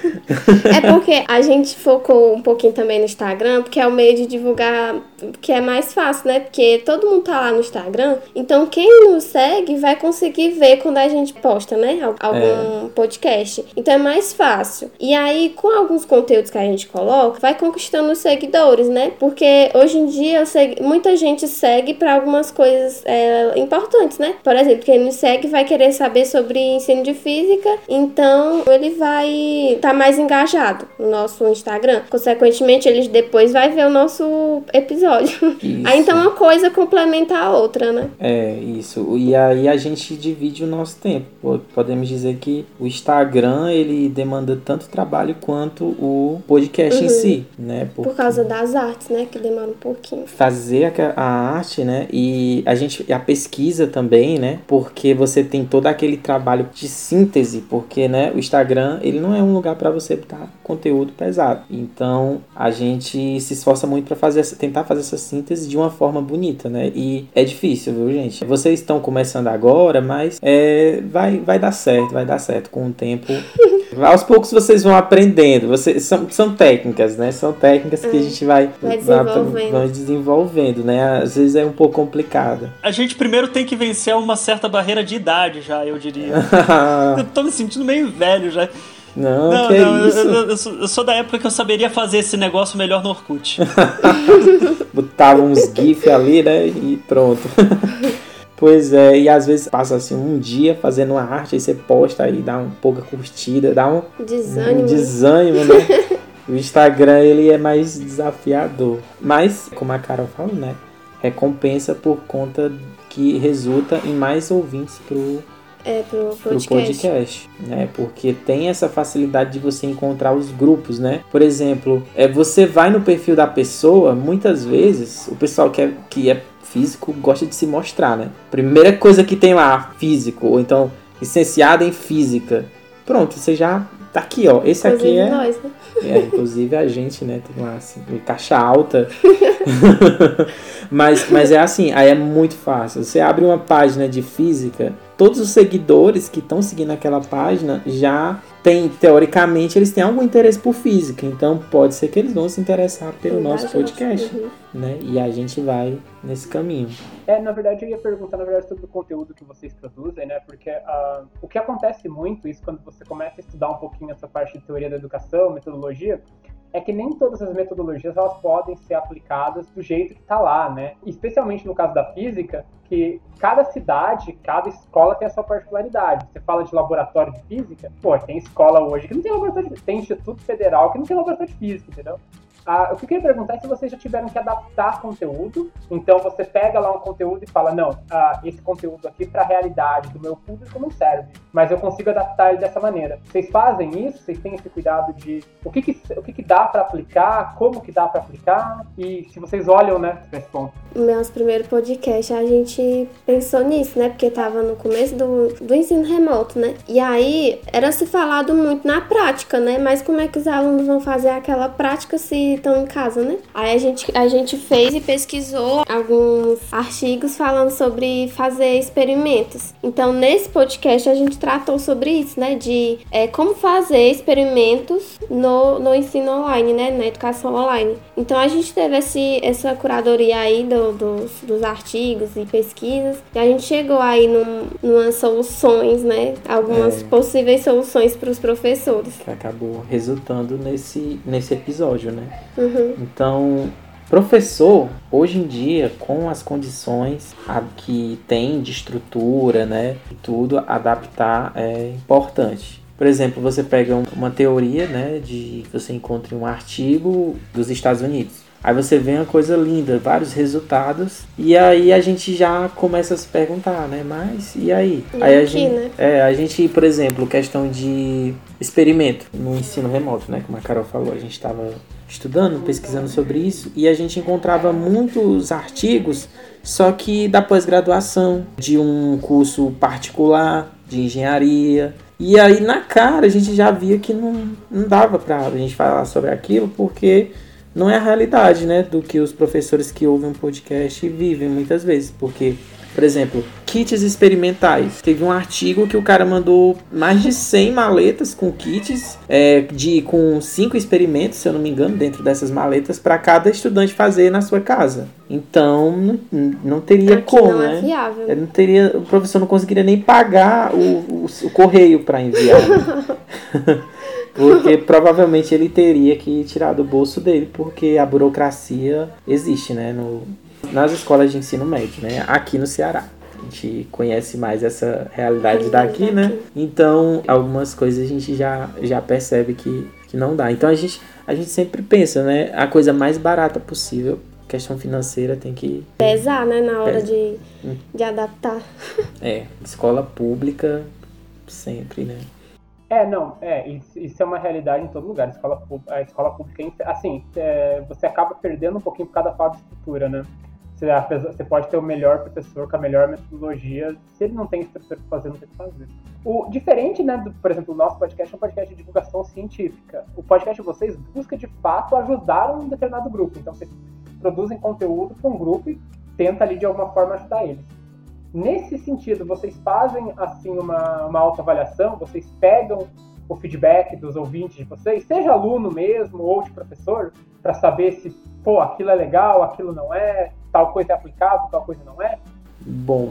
É porque a gente focou um pouquinho também no Instagram, porque é o meio de divulgar que é mais fácil, né? Porque todo mundo tá lá no Instagram, então quem nos segue vai conseguir ver quando a gente posta, né? Algum podcast. Então é mais fácil. E aí, com alguns conteúdos que a gente coloca, vai conquistando os seguidores, né? Porque hoje em dia muita gente segue pra algumas coisas importantes, né? Por exemplo, quem nos segue vai querer saber sobre ensino de física, então ele vai tá mais engajado no nosso Instagram. Consequentemente, ele depois vai ver o nosso episódio. Isso. Aí então uma coisa complementa a outra, né? Isso. E aí a gente divide o nosso tempo. Podemos dizer que o Instagram, ele demanda tanto trabalho quanto o podcast em si, né? Por causa das artes, né? Que demora um pouquinho. Fazer a arte, né? E a pesquisa também, né? Porque você tem todo aquele trabalho de síntese, porque, né? O Instagram, ele não é um lugar para você botar conteúdo pesado. Então, a gente se esforça muito para tentar fazer essa síntese de uma forma bonita, né? E é difícil, viu, gente? Vocês estão começando agora, mas vai dar certo com o tempo. Aos poucos vocês vão aprendendo. São técnicas, né? São técnicas que a gente vai desenvolvendo, né? Às vezes é um pouco complicado. A gente primeiro tem que vencer uma certa barreira de idade já, eu diria. Eu tô me sentindo meio velho já. Não, isso? Eu sou da época que eu saberia fazer esse negócio melhor no Orkut. Botava uns GIF ali, né? E pronto. Pois é, e às vezes passa assim um dia fazendo uma arte, aí você posta, aí dá um pouca curtida, dá um desânimo, né? O Instagram, ele é mais desafiador. Mas, como a Carol falou, né? Recompensa por conta que resulta em mais ouvintes pro podcast, né? Porque tem essa facilidade de você encontrar os grupos, né? Por exemplo, você vai no perfil da pessoa, muitas vezes o pessoal que é físico gosta de se mostrar, né? Primeira coisa que tem lá, físico, ou então licenciado em física. Pronto, você já tá aqui, ó. Esse inclusive aqui nós, né? Inclusive a gente, né? Tem lá assim, caixa alta. mas é assim, aí é muito fácil. Você abre uma página de física, todos os seguidores que estão seguindo aquela página já tem, teoricamente, eles têm algum interesse por física. Então pode ser que eles vão se interessar pelo nosso podcast, né? E a gente vai nesse caminho. Na verdade, eu ia perguntar, sobre o conteúdo que vocês produzem, né? Porque o que acontece muito, isso quando você começa a estudar um pouquinho essa parte de teoria da educação, metodologia, é que nem todas as metodologias elas podem ser aplicadas do jeito que está lá, né? Especialmente no caso da física, que cada cidade, cada escola tem a sua particularidade. Você fala de laboratório de física, tem escola hoje que não tem laboratório de física, tem Instituto Federal que não tem laboratório de física, entendeu? O que eu queria perguntar é se vocês já tiveram que adaptar conteúdo. Então você pega lá um conteúdo e fala, não, esse conteúdo aqui para a realidade do meu público não serve, mas eu consigo adaptar ele dessa maneira. Vocês fazem isso? Vocês têm esse cuidado de o que dá para aplicar, como que dá para aplicar, e se vocês olham, né, para esse ponto? Meus primeiros podcasts a gente pensou nisso, né, porque tava no começo do ensino remoto, né, e aí era se falado muito na prática, né, mas como é que os alunos vão fazer aquela prática se estão em casa, né? Aí a gente fez e pesquisou alguns artigos falando sobre fazer experimentos. Então, nesse podcast, a gente tratou sobre isso, né? De como fazer experimentos no ensino online, né? Na educação online. Então, a gente teve essa curadoria aí dos artigos e pesquisas. E a gente chegou aí numas soluções, né? Algumas possíveis soluções para os professores. Que acabou resultando nesse episódio, né? Uhum. Então, professor, hoje em dia, com as condições que tem de estrutura, né? E tudo, adaptar é importante. Por exemplo, você pega uma teoria, né? Você encontra um artigo dos Estados Unidos. Aí você vê uma coisa linda, vários resultados, e aí a gente já começa a se perguntar, né? Mas e aí? A gente, por exemplo, questão de experimento no ensino remoto, né? Como a Carol falou, a gente estava estudando, pesquisando sobre isso, e a gente encontrava muitos artigos, só que da pós-graduação, de um curso particular, de engenharia. E aí na cara a gente já via que não dava pra gente falar sobre aquilo, porque não é a realidade, né, do que os professores que ouvem um podcast vivem muitas vezes. Porque, por exemplo, kits experimentais. Teve um artigo que o cara mandou mais de 100 maletas com kits, com 5 experimentos, se eu não me engano, dentro dessas maletas, para cada estudante fazer na sua casa. Então, não teria como, não né? É viável. O professor não conseguiria nem pagar o correio para enviar. Porque provavelmente ele teria que tirar do bolso dele, porque a burocracia existe, né? Nas escolas de ensino médio, né? Aqui no Ceará. A gente conhece mais essa realidade daqui, né? Então, algumas coisas a gente já percebe que não dá. Então, a gente sempre pensa, né? A coisa mais barata possível. Questão financeira tem que pesar, né? Na hora de adaptar. Escola pública sempre, né? Isso é uma realidade em todo lugar. A escola pública, assim, você acaba perdendo um pouquinho por cada falta de estrutura, né? Você pode ter o melhor professor com a melhor metodologia, se ele não tem estrutura para fazer, não tem o que fazer. O diferente, né, por exemplo, o nosso podcast é um podcast de divulgação científica. O podcast de vocês busca, de fato, ajudar um determinado grupo. Então, vocês produzem conteúdo para um grupo e tenta ali, de alguma forma, ajudar eles. Nesse sentido, vocês fazem assim uma autoavaliação, vocês pegam o feedback dos ouvintes de vocês, seja aluno mesmo ou de professor, para saber se, aquilo é legal, aquilo não é, tal coisa é aplicável, tal coisa não é? Bom,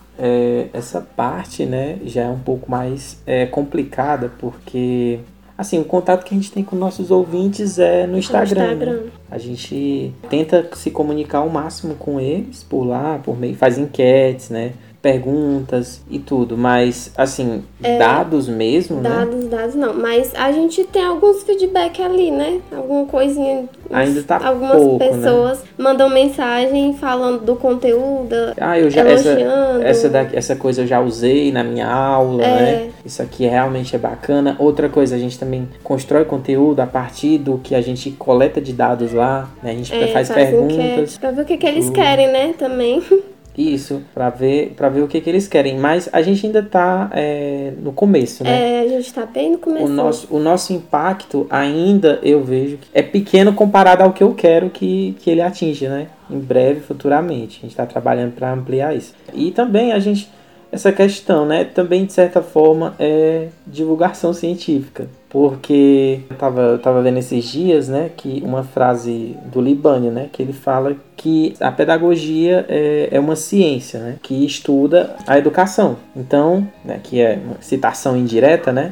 essa parte, né, já é um pouco mais complicada, porque assim, o contato que a gente tem com nossos ouvintes é no Instagram. Né? A gente tenta se comunicar ao máximo com eles por lá, por meio, faz enquetes, né? Perguntas e tudo, mas assim, dados mesmo, Dados não, mas a gente tem alguns feedback ali, né? Alguma coisinha. Ainda tá algumas pouco, pessoas, né? Mandam mensagem falando do conteúdo, elogiando. Essa coisa eu já usei na minha aula, né? Isso aqui realmente é bacana. Outra coisa, a gente também constrói conteúdo a partir do que a gente coleta de dados lá, né? A gente faz perguntas. Pra ver o que eles querem, né? Também. Isso, pra ver o que eles querem. Mas a gente ainda tá no começo, né? A gente tá bem no começo. O nosso impacto ainda, eu vejo, é pequeno comparado ao que eu quero que ele atinja, né? Em breve, futuramente. A gente tá trabalhando para ampliar isso. E também essa questão, né? Também, de certa forma, é divulgação científica. Porque eu tava vendo esses dias, né, que uma frase do Libânio, né, que ele fala que a pedagogia é uma ciência, né, que estuda a educação. Então, né, que é uma citação indireta, né,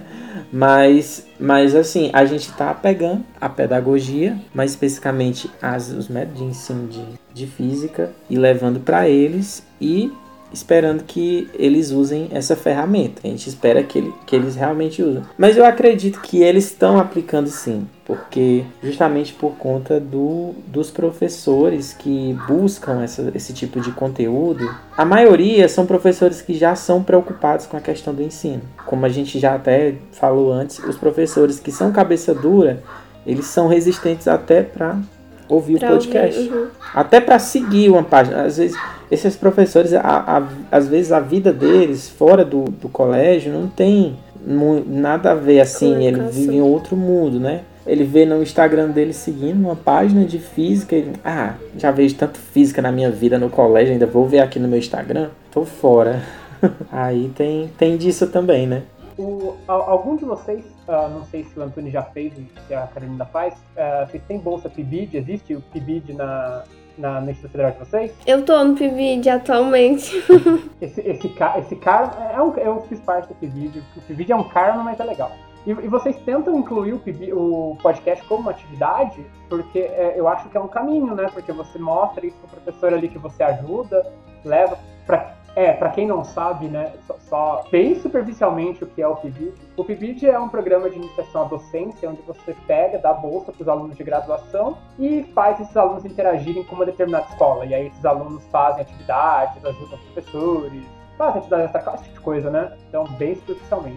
mas assim, a gente está pegando a pedagogia, mais especificamente os métodos de ensino de física, e levando para eles e esperando que eles usem essa ferramenta. A gente espera que eles realmente usem. Mas eu acredito que eles estão aplicando sim, porque justamente por conta dos professores que buscam esse tipo de conteúdo, a maioria são professores que já são preocupados com a questão do ensino. Como a gente já até falou antes, os professores que são cabeça dura, eles são resistentes até para ouvir o podcast. Até para seguir uma página. Às vezes, esses professores, às vezes a vida deles fora do colégio não tem nada a ver, assim, eles vivem em outro mundo, né? ele vê no Instagram dele seguindo uma página de física, ele, já vejo tanto física na minha vida no colégio, ainda vou ver aqui no meu Instagram, tô fora. Aí tem disso também, né? Algum de vocês, não sei se o Antônio já fez, se a Carolina faz, vocês têm bolsa PIBID? Existe o PIBID no Instituto Federal de vocês? Eu tô no PIBID atualmente. Esse cara, eu fiz parte do PIBID. O PIBID é um carno, mas é legal. E vocês tentam incluir o podcast como uma atividade, porque eu acho que é um caminho, né? Porque você mostra isso pro professor ali que você ajuda, leva pra quem não sabe, né, só bem superficialmente o que é o PIBID. O PIBID é um programa de iniciação à docência, onde você dá bolsa para os alunos de graduação e faz esses alunos interagirem com uma determinada escola. E aí esses alunos fazem atividades, ajudam os professores, fazem atividades, esse tipo de coisa, né? Então, bem superficialmente.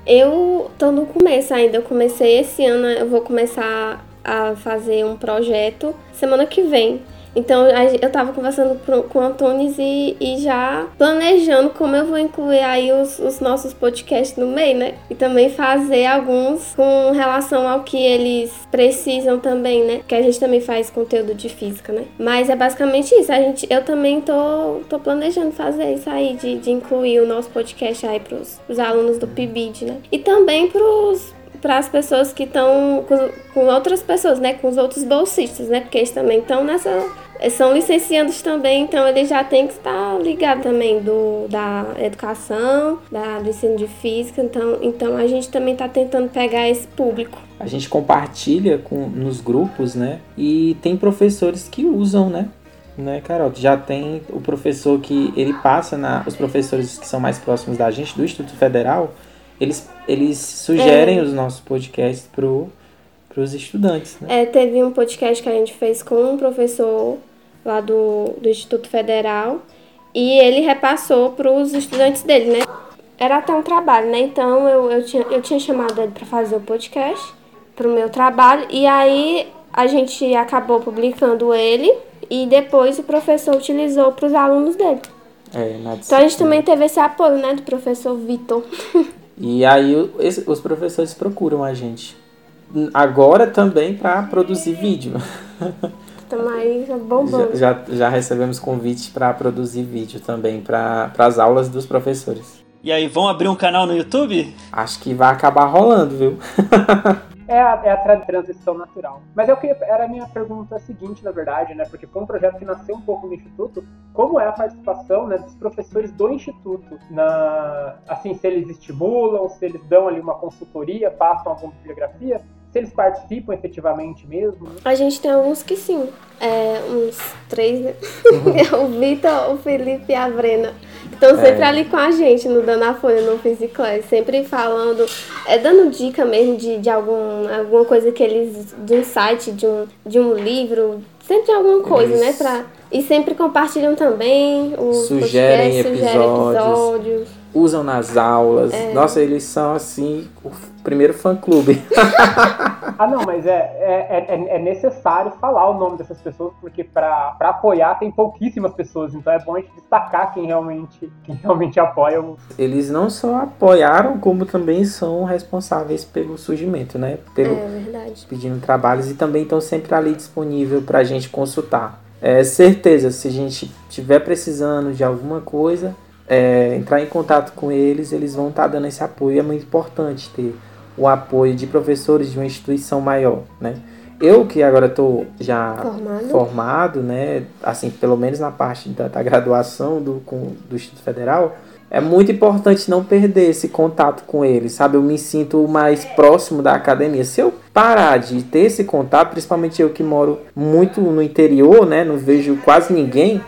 Eu tô no começo ainda, eu comecei esse ano, eu vou começar a fazer um projeto semana que vem. Então, eu tava conversando com o Antônio e já planejando como eu vou incluir aí os nossos podcasts no meio, né? E também fazer alguns com relação ao que eles precisam também, né? Porque a gente também faz conteúdo de física, né? Mas é basicamente isso. Eu também tô planejando fazer isso aí, de incluir o nosso podcast aí pros alunos do PIBID, né? E também para as pessoas que estão com outras pessoas, né? Com os outros bolsistas, né? Porque eles também estão são licenciandos também, então eles já têm que estar ligados também da educação, do ensino de física, então a gente também está tentando pegar esse público. A gente compartilha nos grupos, né? E tem professores que usam, né, Carol? Já tem o professor que ele passa os professores que são mais próximos da gente, do Instituto Federal, eles sugerem os nossos podcasts para os estudantes, né? Teve um podcast que a gente fez com um professor lá do Instituto Federal e ele repassou para os estudantes dele, né? Era até um trabalho, né? Então eu tinha chamado ele para fazer o podcast para o meu trabalho e aí a gente acabou publicando ele e depois o professor utilizou para os alunos dele. Então a gente também teve esse apoio, né, do professor Vitor. E aí os professores procuram a gente agora também para produzir vídeo. Estamos aí bombando. Já recebemos convite para produzir vídeo também para as aulas dos professores. E aí, vão abrir um canal no YouTube? Acho que vai acabar rolando, viu? É a transição natural. Mas era a minha pergunta seguinte, na verdade, né? Porque foi um projeto que nasceu um pouco no Instituto. Como é a participação, né, dos professores do Instituto? Assim, se eles estimulam, se eles dão ali uma consultoria, passam alguma bibliografia, se eles participam efetivamente mesmo, né? A gente tem alguns que sim. Uns 3, né? O Vitor, o Felipe e a Brena. Estão sempre ali com a gente, no Dando a Folha, no Physiclass, sempre falando, dando dica mesmo de alguma coisa que eles, de um site, de um livro, sempre alguma coisa, né? E sempre compartilham também os sugerem episódios, usam nas aulas. Nossa, eles são assim o primeiro fã-clube. Não, mas é necessário falar o nome dessas pessoas, porque para apoiar tem pouquíssimas pessoas, então é bom a gente destacar quem realmente apoia. Eles não só apoiaram, como também são responsáveis pelo surgimento, né? Verdade. Pedindo trabalhos e também estão sempre ali disponível para a gente consultar. Certeza, se a gente estiver precisando de alguma coisa, entrar em contato com eles vão estar dando esse apoio. É muito importante ter o apoio de professores de uma instituição maior, né? Eu que agora estou já formado, né? Assim, pelo menos na parte da graduação do Instituto Federal, é muito importante não perder esse contato com eles, sabe? Eu me sinto mais próximo da academia. Se eu parar de ter esse contato, principalmente eu que moro muito no interior, né? Não vejo quase ninguém.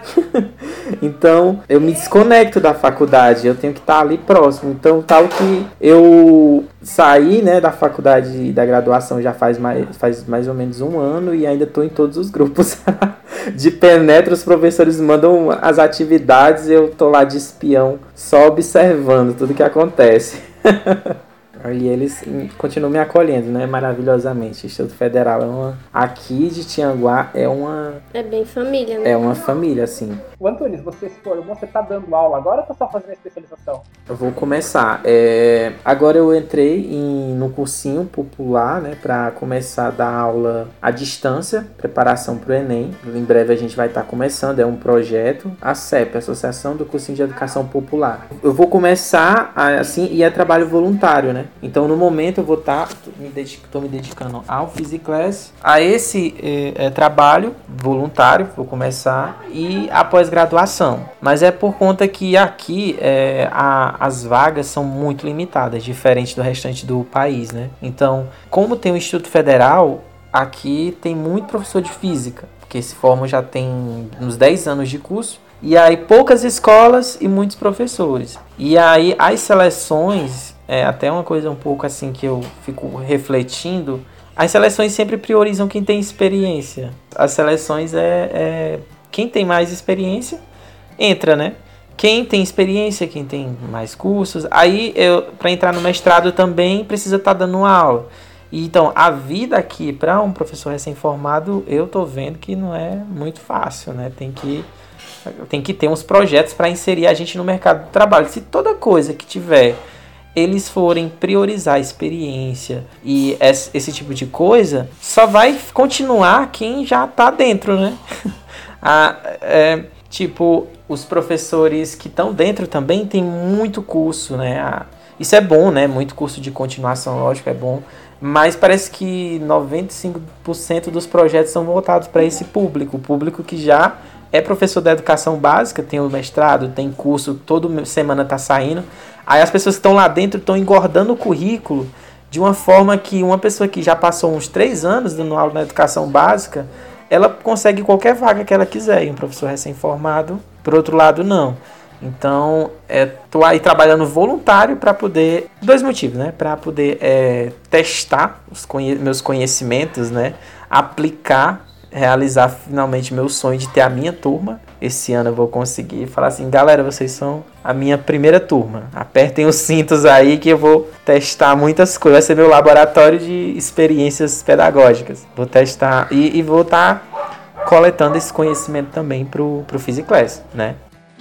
Então, eu me desconecto da faculdade. Eu tenho que estar ali próximo. Então, tal que eu saí, né, da faculdade, da graduação já faz mais ou menos 1 ano e ainda estou em todos os grupos. De penetra, os professores mandam as atividades e eu tô lá de espião, só observando tudo que acontece. Ali eles continuam me acolhendo, né? Maravilhosamente. O Instituto Federal aqui de Tianguá é bem família, né? É uma família, assim. O Antunes, você se formou, você tá dando aula agora ou tá só fazendo a especialização? Eu vou começar. Agora eu entrei no cursinho popular, né? Pra começar a dar aula à distância, preparação pro Enem. Em breve a gente vai estar começando, é um projeto. A CEP, Associação do Cursinho de Educação Popular. Eu vou começar assim, e é trabalho voluntário, né? Então no momento eu vou estar me dedicando ao Physiclass, a esse trabalho voluntário, vou começar, e a pós-graduação. Mas é por conta que aqui as vagas são muito limitadas, diferente do restante do país, né? Então, como tem o Instituto Federal, aqui tem muito professor de física, que se formam já tem uns 10 anos de curso, e aí poucas escolas e muitos professores. E aí as seleções, até uma coisa um pouco assim que eu fico refletindo, as seleções sempre priorizam quem tem experiência. As seleções quem tem mais experiência entra, né? Quem tem experiência, quem tem mais cursos. Aí, para entrar no mestrado também precisa estar dando uma aula. Então, a vida aqui para um professor recém-formado, eu tô vendo que não é muito fácil, né? Tem que ter uns projetos para inserir a gente no mercado de trabalho. Se toda coisa que tiver, eles forem priorizar a experiência e esse tipo de coisa, só vai continuar quem já tá dentro, né? Os professores que estão dentro também tem muito curso, né? Isso é bom, né? Muito curso de continuação, lógico, é bom. Mas parece que 95% dos projetos são voltados para esse público. O público que já é professor da educação básica, tem o mestrado, tem curso, toda semana está saindo. Aí as pessoas que estão lá dentro estão engordando o currículo de uma forma que uma pessoa que já passou uns 3 anos dando aula na educação básica, ela consegue qualquer vaga que ela quiser. E um professor recém-formado, por outro lado, não. Então, estou aí trabalhando voluntário para poder... 2 motivos, né? Para poder testar meus conhecimentos, né? Aplicar, realizar finalmente meu sonho de ter a minha turma. Esse ano eu vou conseguir falar assim, galera, vocês são a minha primeira turma. Apertem os cintos aí que eu vou testar muitas coisas. Vai ser meu laboratório de experiências pedagógicas. Vou testar e vou estar coletando esse conhecimento também pro Physiclass, né?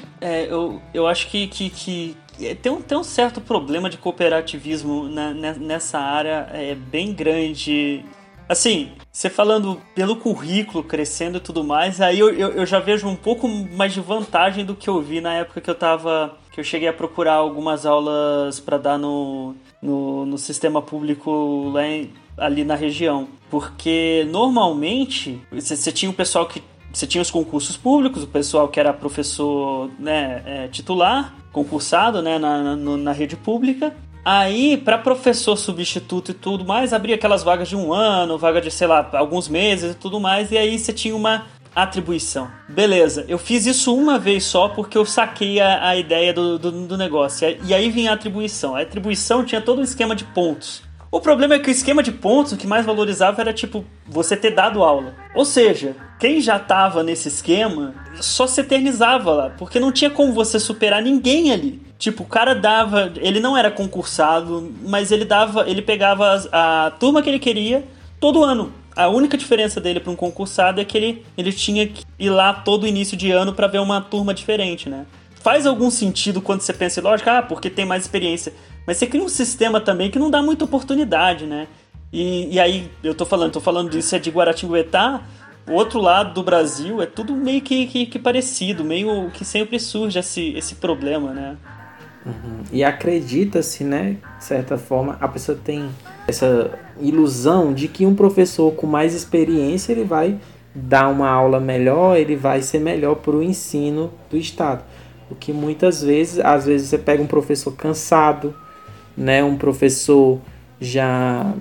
Eu acho que tem um certo problema de cooperativismo nessa área bem grande. Assim, você falando pelo currículo crescendo e tudo mais, aí eu já vejo um pouco mais de vantagem do que eu vi na época que eu cheguei a procurar algumas aulas para dar no sistema público ali na região. Porque normalmente você tinha o pessoal que... Você tinha os concursos públicos, o pessoal que era professor, né, titular, concursado, né, na rede pública. Aí, para professor substituto e tudo mais, abria aquelas vagas de 1 ano, vaga de, sei lá, alguns meses e tudo mais, e aí você tinha uma atribuição. Beleza, eu fiz isso uma vez só porque eu saquei a ideia do negócio. E aí vinha a atribuição. A atribuição tinha todo um esquema de pontos. O problema é que o esquema de pontos, o que mais valorizava era, tipo, você ter dado aula. Ou seja, quem já tava nesse esquema só se eternizava lá, porque não tinha como você superar ninguém ali. Tipo, o cara dava... Ele não era concursado, mas ele pegava a turma que ele queria todo ano. A única diferença dele para um concursado é que ele tinha que ir lá todo início de ano para ver uma turma diferente, né? Faz algum sentido quando você pensa, lógico, porque tem mais experiência. Mas você cria um sistema também que não dá muita oportunidade, né? E aí, eu tô falando disso de Guaratinguetá, o outro lado do Brasil é tudo meio que parecido, meio que sempre surge esse problema, né? Uhum. E acredita-se, né, de certa forma, a pessoa tem essa ilusão de que um professor com mais experiência, ele vai dar uma aula melhor, ele vai ser melhor para o ensino do Estado. O que muitas vezes, às vezes você pega um professor cansado, né, um professor já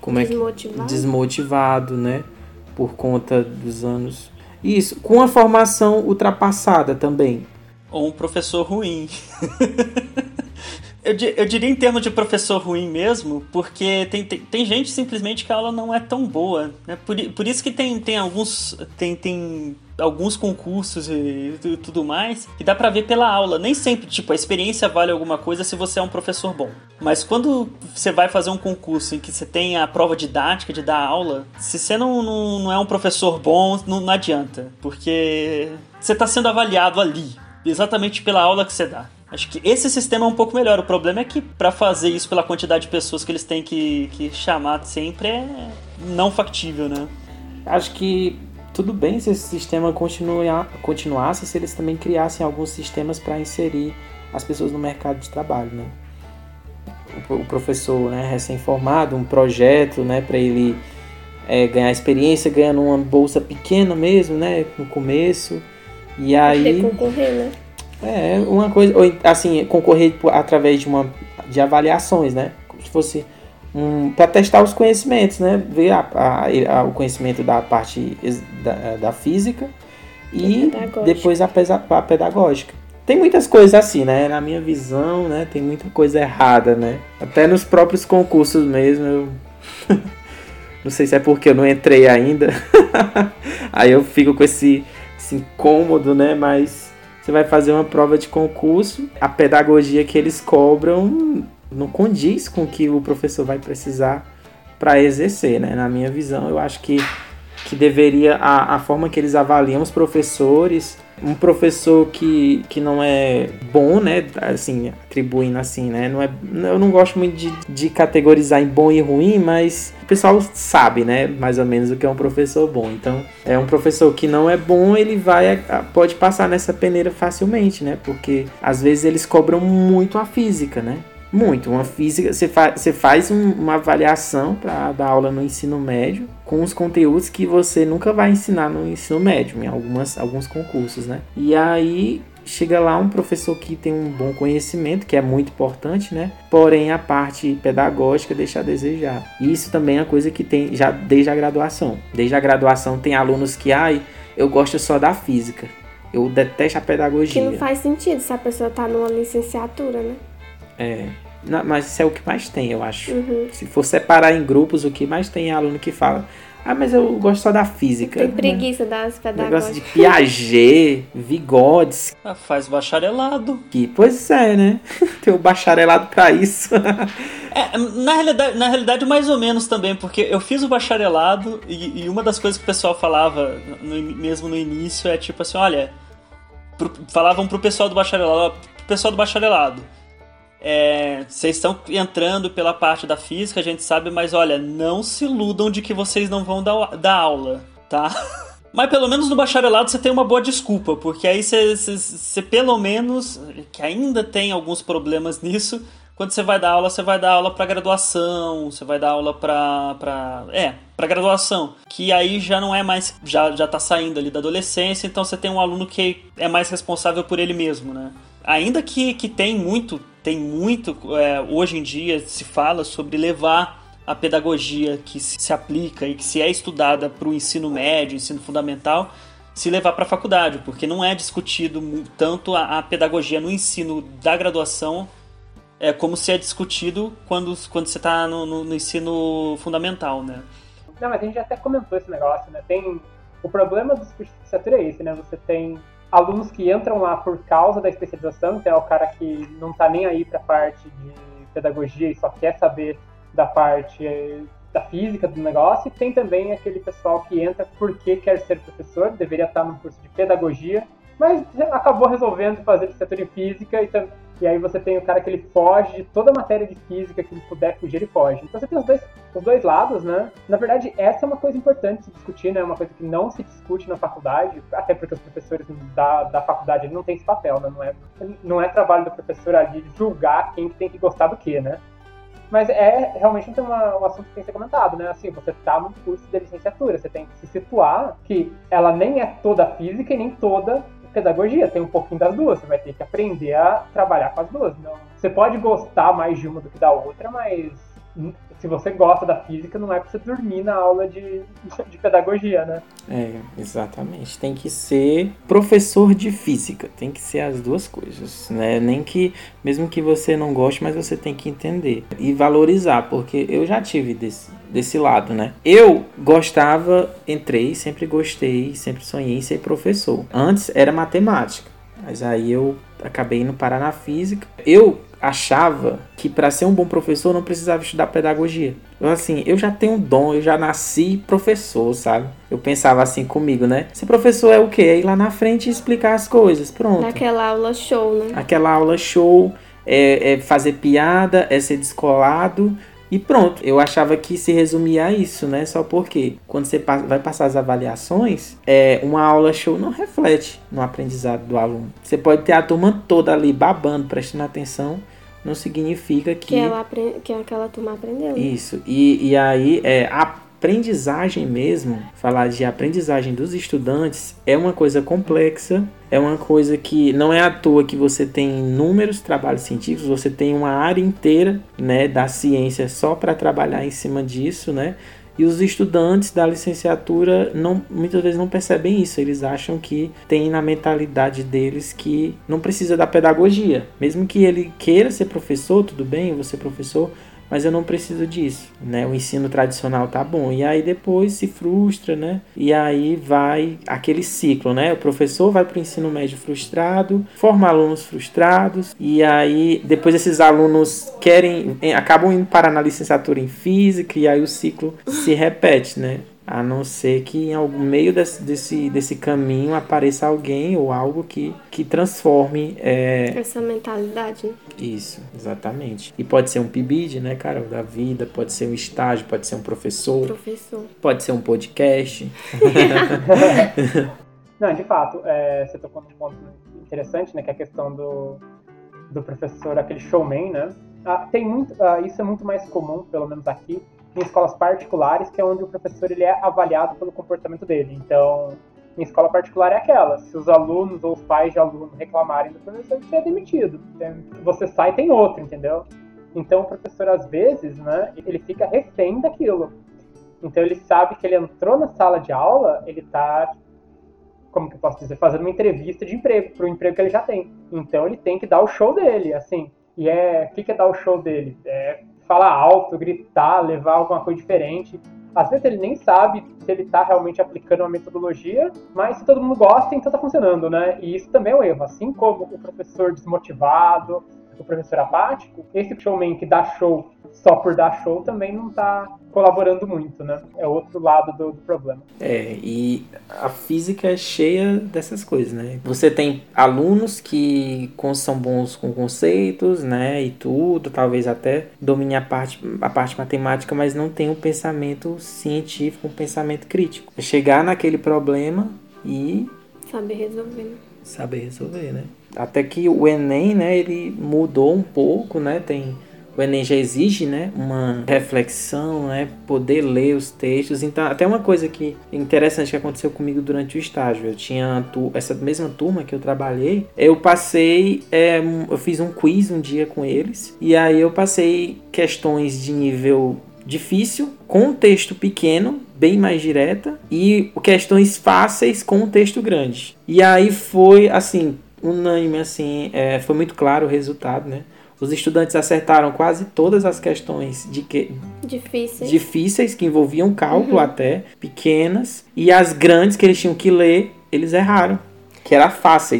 desmotivado, né, por conta dos anos. Isso, com a formação ultrapassada também. Ou um professor ruim. Eu diria em termos de professor ruim mesmo, porque tem gente simplesmente que a aula não é tão boa, né? Por isso que tem alguns concursos e tudo mais, que dá pra ver pela aula. Nem sempre, tipo, a experiência vale alguma coisa se você é um professor bom. Mas quando você vai fazer um concurso em que você tem a prova didática de dar aula, se você não é um professor bom, não adianta. Porque você tá sendo avaliado ali, exatamente pela aula que você dá. Acho que esse sistema é um pouco melhor. O problema é que pra fazer isso pela quantidade de pessoas que eles têm que chamar sempre é não factível, né? Acho que tudo bem se esse sistema continuasse, se eles também criassem alguns sistemas para inserir as pessoas no mercado de trabalho, né? O professor, né, recém-formado, um projeto, né, para ele ganhar experiência, ganhando uma bolsa pequena mesmo, né, no começo, e aí concorrer, né? Uma coisa, ou assim, concorrer através de avaliações, né, como se fosse para testar os conhecimentos, né? Ver o conhecimento da parte da física e depois a pedagógica. Tem muitas coisas assim, né? Na minha visão, né? Tem muita coisa errada, né? Até nos próprios concursos mesmo. Eu não sei se é porque eu não entrei ainda. Aí eu fico com esse incômodo, né? Mas você vai fazer uma prova de concurso, a pedagogia que eles cobram não condiz com o que o professor vai precisar para exercer, né? Na minha visão, eu acho que deveria, a forma que eles avaliam os professores, um professor que não é bom, né? Assim, atribuindo assim, né? Eu não gosto muito de categorizar em bom e ruim, mas o pessoal sabe, né? Mais ou menos o que é um professor bom. Então, um professor que não é bom, ele pode passar nessa peneira facilmente, né? Porque às vezes eles cobram muito a física, né? Muito. Uma física, você faz uma avaliação para dar aula no ensino médio com os conteúdos que você nunca vai ensinar no ensino médio, em alguns concursos, né? E aí chega lá um professor que tem um bom conhecimento, que é muito importante, né? Porém, a parte pedagógica deixa a desejar. E isso também é uma coisa que tem já desde a graduação. Desde a graduação tem alunos que, eu gosto só da física. Eu detesto a pedagogia. Que não faz sentido se a pessoa tá numa licenciatura, né? Mas isso é o que mais tem, eu acho. Se for separar em grupos, o que mais tem é aluno que fala: mas eu gosto só da física. Tem preguiça das pedagógicas. Negócio de Piaget, Vygotsky. Faz bacharelado. Pois é, né? Tem o bacharelado pra isso. Na realidade, mais ou menos também, porque eu fiz o bacharelado e uma das coisas que o pessoal falava, mesmo no início, é tipo assim, olha... Falavam pro pessoal do bacharelado, vocês estão entrando pela parte da física, a gente sabe, mas olha, não se iludam de que vocês não vão dar aula, tá? Mas pelo menos no bacharelado você tem uma boa desculpa, porque aí você pelo menos, que ainda tem alguns problemas nisso, quando você vai dar aula pra graduação, você vai dar aula pra graduação, que aí já não é mais, já tá saindo ali da adolescência, então você tem um aluno que é mais responsável por ele mesmo, né? Ainda que tem muito, hoje em dia se fala sobre levar a pedagogia que se aplica e que se é estudada para o ensino médio, ensino fundamental, se levar para a faculdade, porque não é discutido tanto a pedagogia no ensino da graduação como se é discutido quando você está no ensino fundamental, né? Não, mas a gente até comentou esse negócio, né? O problema dos cursos de licenciatura é esse, né? Você tem alunos que entram lá por causa da especialização, então é o cara que não tá nem aí pra parte de pedagogia e só quer saber da parte da física do negócio, e tem também aquele pessoal que entra porque quer ser professor, deveria estar num curso de pedagogia, mas acabou resolvendo fazer licenciatura em física, e aí você tem o cara que ele foge de toda a matéria de física que ele puder fugir, ele foge. Então você tem os dois lados, né? Na verdade, essa é uma coisa importante de se discutir, né? É uma coisa que não se discute na faculdade, até porque os professores da faculdade não têm esse papel, né? Não é trabalho do professor ali julgar quem tem que gostar do quê, né? Mas realmente um assunto que tem que ser comentado, né? Assim, você tá num curso de licenciatura, você tem que se situar que ela nem é toda física e nem toda pedagogia, tem um pouquinho das duas, você vai ter que aprender a trabalhar com as duas. Não, você pode gostar mais de uma do que da outra, mas se você gosta da física, não é pra você dormir na aula de pedagogia, né? Exatamente. Tem que ser professor de física. Tem que ser as duas coisas, né? Nem que, mesmo que você não goste, mas você tem que entender e valorizar, porque eu já tive desse lado, né? Eu gostava, sempre gostei, sempre sonhei em ser professor. Antes era matemática, mas aí eu acabei indo parar na física. Eu achava que para ser um bom professor não precisava estudar pedagogia. Eu já tenho um dom, eu já nasci professor, sabe? Eu pensava assim comigo, né? Ser professor é o quê? É ir lá na frente e explicar as coisas, pronto. Daquela aula show, né? Aquela aula show, é fazer piada, é ser descolado e pronto. Eu achava que se resumia a isso, né? Só porque quando você vai passar as avaliações, uma aula show não reflete no aprendizado do aluno. Você pode ter a turma toda ali babando, prestando atenção, não significa que aquela turma aprendeu. Isso. E aí, a aprendizagem mesmo, falar de aprendizagem dos estudantes é uma coisa complexa, é uma coisa que não é à toa que você tem inúmeros trabalhos científicos, você tem uma área inteira, né, da ciência só para trabalhar em cima disso, né? E os estudantes da licenciatura muitas vezes não percebem isso. Eles acham que tem na mentalidade deles que não precisa da pedagogia. Mesmo que ele queira ser professor, tudo bem, eu vou ser professor, mas eu não preciso disso, né? O ensino tradicional tá bom. E aí depois se frustra, né? E aí vai aquele ciclo, né? O professor vai para o ensino médio frustrado, forma alunos frustrados, e aí depois esses alunos acabam indo parar na licenciatura em física, e aí o ciclo se repete, né? A não ser que em algum meio desse caminho apareça alguém ou algo que transforme essa mentalidade, né? Isso, exatamente. E pode ser um PIBID, né, Carol, da vida, pode ser um estágio, pode ser um professor. Pode ser um podcast. Não, de fato, você tocou num ponto interessante, né, que é a questão do professor, aquele showman, né? Isso é muito mais comum, pelo menos aqui, em escolas particulares, que é onde o professor ele é avaliado pelo comportamento dele. Então, em escola particular é aquela, se os alunos ou os pais de aluno reclamarem do professor, você é demitido. Você sai e tem outro, entendeu? Então, o professor, às vezes, né, ele fica refém daquilo. Então, ele sabe que ele entrou na sala de aula, ele está, como que eu posso dizer, fazendo uma entrevista de emprego, para o emprego que ele já tem. Então, ele tem que dar o show dele, assim. E o que é dar o show dele? É falar alto, gritar, levar alguma coisa diferente. Às vezes ele nem sabe se ele está realmente aplicando uma metodologia, mas se todo mundo gosta, então está funcionando, né? E isso também é um erro. Assim como o professor desmotivado, o professor apático, esse showman que dá show só por dar show também não está colaborando muito, né? É outro lado do problema. E a física é cheia dessas coisas, né? Você tem alunos que são bons com conceitos, né? E tudo, talvez até domine a parte matemática, mas não tem um pensamento científico, um pensamento crítico. É chegar naquele problema e saber resolver, né? Até que o Enem, né, ele mudou um pouco, né? O Enem já exige, né, uma reflexão, né, poder ler os textos. Então, até uma coisa que interessante que aconteceu comigo durante o estágio. Eu tinha essa mesma turma que eu trabalhei. Eu fiz um quiz um dia com eles. E aí eu passei questões de nível difícil, com um texto pequeno, bem mais direta, e questões fáceis com um texto grande. E aí foi, assim, unânime, assim, foi muito claro o resultado, né? Os estudantes acertaram quase todas as questões difíceis que envolviam cálculo até, pequenas, e as grandes que eles tinham que ler, eles erraram. Que era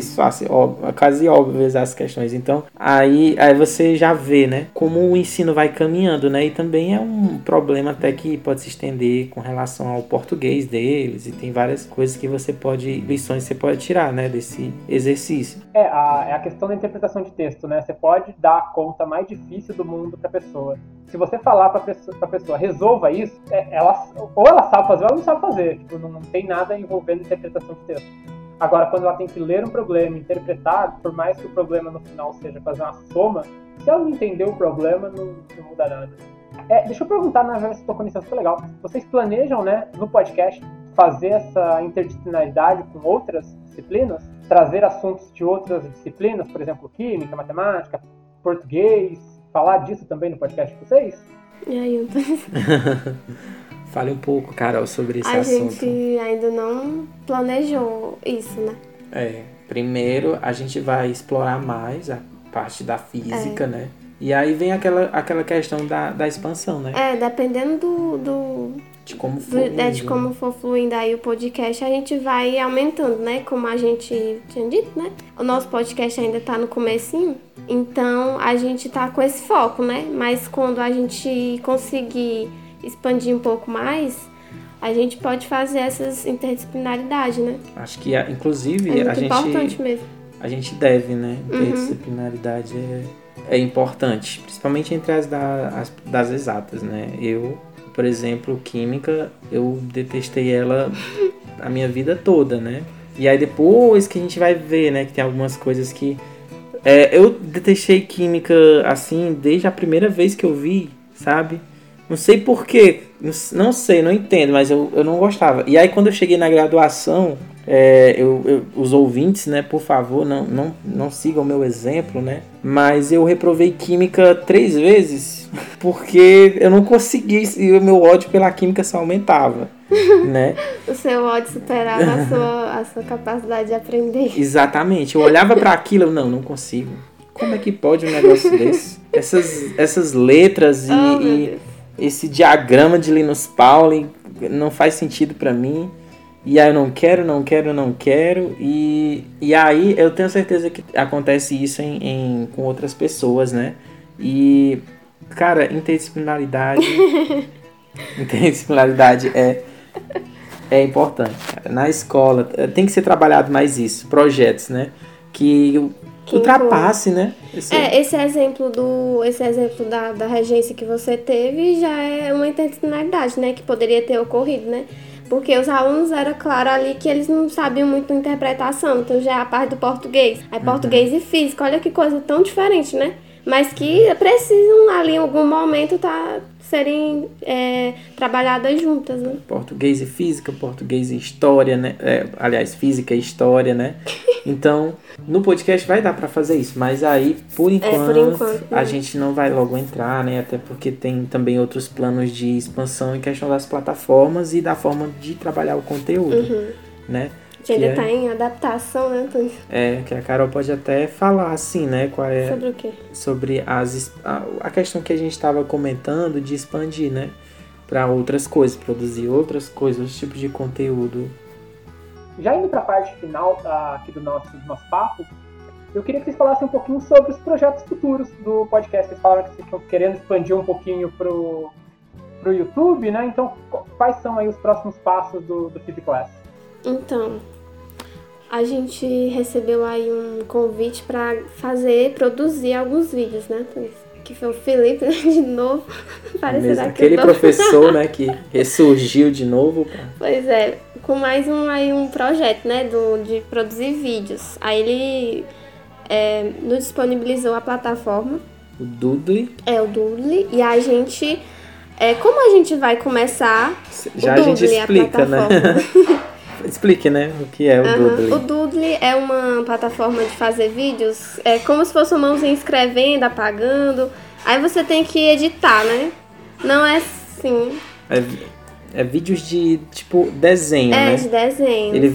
quase óbvias as questões. Então, aí você já vê, né, como o ensino vai caminhando, né? E também é um problema até que pode se estender com relação ao português deles. E tem várias coisas lições que você pode tirar, né, desse exercício. É a questão da interpretação de texto, né? Você pode dar a conta mais difícil do mundo para a pessoa. Se você falar para a pessoa, resolva isso, ela sabe fazer ou ela não sabe fazer. Tipo, não tem nada envolvendo interpretação de texto. Agora, quando ela tem que ler um problema e interpretar, por mais que o problema no final seja fazer uma soma, se ela não entender o problema, não muda nada. Deixa eu perguntar, na verdade, se tocou nisso, foi legal. Vocês planejam, né, no podcast, fazer essa interdisciplinaridade com outras disciplinas? Trazer assuntos de outras disciplinas, por exemplo, química, matemática, português, falar disso também no podcast de vocês? E aí, Fale um pouco, Carol, sobre esse a assunto. gente ainda não planejou isso, né? Primeiro a gente vai explorar mais a parte da física, né? E aí vem aquela questão da expansão, né? Dependendo De como for de como for fluindo aí o podcast, a gente vai aumentando, né? Como a gente tinha dito, né? O nosso podcast ainda tá no comecinho, então a gente tá com esse foco, né? Mas quando a gente conseguir expandir um pouco mais, a gente pode fazer essas interdisciplinaridades, né? Acho que, inclusive, É muito importante mesmo. A gente deve, né? Interdisciplinaridade é importante, principalmente entre as das exatas, né? Eu, por exemplo, química, eu detestei ela a minha vida toda, né? E aí depois que a gente vai ver, né, que tem algumas coisas que... eu detestei química, assim, desde a primeira vez que eu vi, sabe? Não sei porquê, não sei, não entendo, mas eu não gostava. E aí quando eu cheguei na graduação, os ouvintes, né, por favor, não sigam o meu exemplo, né? Mas eu reprovei química 3 vezes, porque eu não consegui, e o meu ódio pela química só aumentava, né? O seu ódio superava a sua capacidade de aprender. Exatamente, eu olhava para aquilo, eu não consigo. Como é que pode um negócio desse? Essas letras e esse diagrama de Linus Pauling não faz sentido para mim. E aí eu não quero. E aí eu tenho certeza que acontece isso com outras pessoas, né? E, cara, interdisciplinaridade é importante, cara. Na escola tem que ser trabalhado mais isso. Projetos, né? Que ultrapasse, né? Esse exemplo da regência que você teve já é uma interdisciplinaridade, né? Que poderia ter ocorrido, né? Porque os alunos, era claro ali que eles não sabiam muito interpretação, então já é a parte do português. Aí português e física, olha que coisa tão diferente, né? Mas que precisam ali em algum momento serem trabalhadas juntas, né? Português e física, português e história, né? Aliás, física e história, né? Então, no podcast vai dar pra fazer isso, mas aí, por enquanto a gente não vai logo entrar, né? Até porque tem também outros planos de expansão em questão das plataformas e da forma de trabalhar o conteúdo, né? Que ainda tá em adaptação, né, Antônio? Que a Carol pode até falar, assim, né? Qual é... Sobre o quê? Sobre a questão que a gente estava comentando de expandir, né? Para outras coisas, produzir outras coisas, outros tipos de conteúdo. Já indo para a parte final aqui do nosso papo, eu queria que vocês falassem um pouquinho sobre os projetos futuros do podcast. Vocês falaram que vocês estão querendo expandir um pouquinho pro YouTube, né? Então, quais são aí os próximos passos do PhysiClass? Então, a gente recebeu aí um convite para produzir alguns vídeos, né? Que foi o Felipe, né, de novo. Aquele professor, né, que ressurgiu de novo. Pois é, com mais um projeto, né, de produzir vídeos. Aí ele nos disponibilizou a plataforma. O Doodly. O Doodly. E a gente, como a gente vai começar já o Doodly, a gente explica, né? Explique, né, o que é o Doodly. O Doodly é uma plataforma de fazer vídeos, como se fosse uma mãozinha escrevendo, apagando. Aí você tem que editar, né? Não é assim. É vídeos de, tipo, desenho, né? De desenho. Ele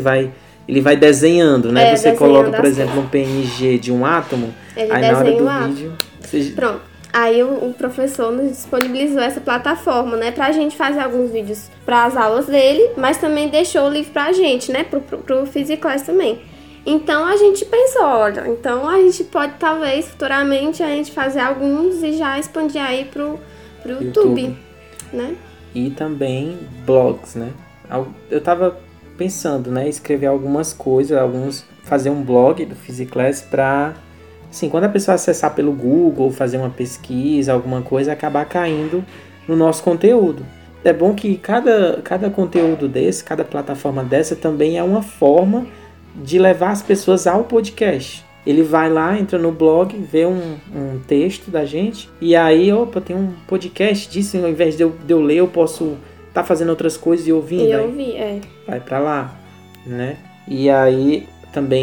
vai desenhando, né? Você coloca, por exemplo, um PNG de um átomo, ele aí na hora do vídeo... Pronto. Aí o professor nos disponibilizou essa plataforma, né, pra gente fazer alguns vídeos para as aulas dele, mas também deixou o livro pra gente, né, pro PhysiClass também. Então a gente pensou, olha, então a gente pode talvez futuramente a gente fazer alguns e já expandir aí pro YouTube, né? E também blogs, né? Eu tava pensando, né, escrever algumas coisas, fazer um blog do PhysiClass pra... Assim, quando a pessoa acessar pelo Google, fazer uma pesquisa, alguma coisa, acabar caindo no nosso conteúdo. É bom que cada conteúdo desse, cada plataforma dessa também é uma forma de levar as pessoas ao podcast. Ele vai lá, entra no blog, vê um texto da gente e aí, opa, tem um podcast disso, ao invés de eu ler, eu posso estar fazendo outras coisas e ouvindo. Vai pra lá, né? E aí também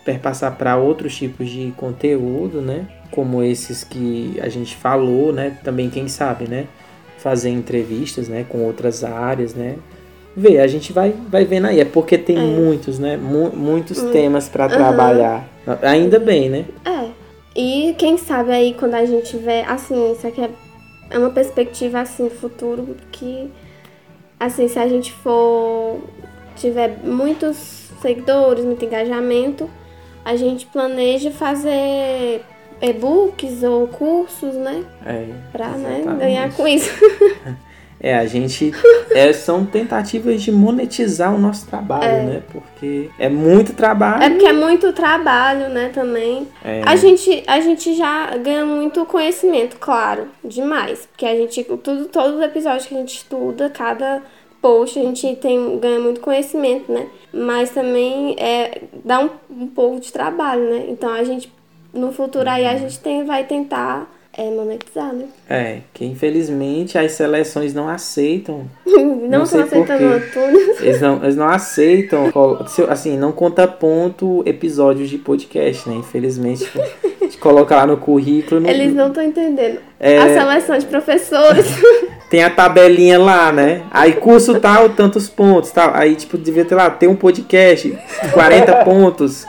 perpassar para outros tipos de conteúdo, né? Como esses que a gente falou, né? Também, quem sabe, né? Fazer entrevistas, né? Com outras áreas, né? A gente vai vendo aí. É porque tem muitos, né? Muitos temas para trabalhar. Ainda bem, né? E quem sabe aí quando a gente tiver, assim, isso aqui é uma perspectiva, assim, futuro que, assim, se a gente tiver muitos seguidores, muito engajamento, a gente planeja fazer e-books ou cursos, né? Pra, né, ganhar com isso. A gente... são tentativas de monetizar o nosso trabalho, né? Porque é muito trabalho. É porque é muito trabalho, né, também. A gente já ganha muito conhecimento, claro, demais. Porque a gente, todos os episódios que a gente estuda, cada post, a gente ganha muito conhecimento, né? Mas também dá um pouco de trabalho, né? Então a gente, no futuro aí, a gente vai tentar monetizar, né? Que infelizmente as seleções não aceitam. Não estão aceitando tudo. Eles não aceitam, assim, não conta ponto episódios de podcast, né? Infelizmente, de colocar lá no currículo. Eles não estão entendendo. A seleção de professores. Tem a tabelinha lá, né? Aí curso tal, tantos pontos, tal. Aí, tipo, devia ter lá, tem um podcast, 40 pontos.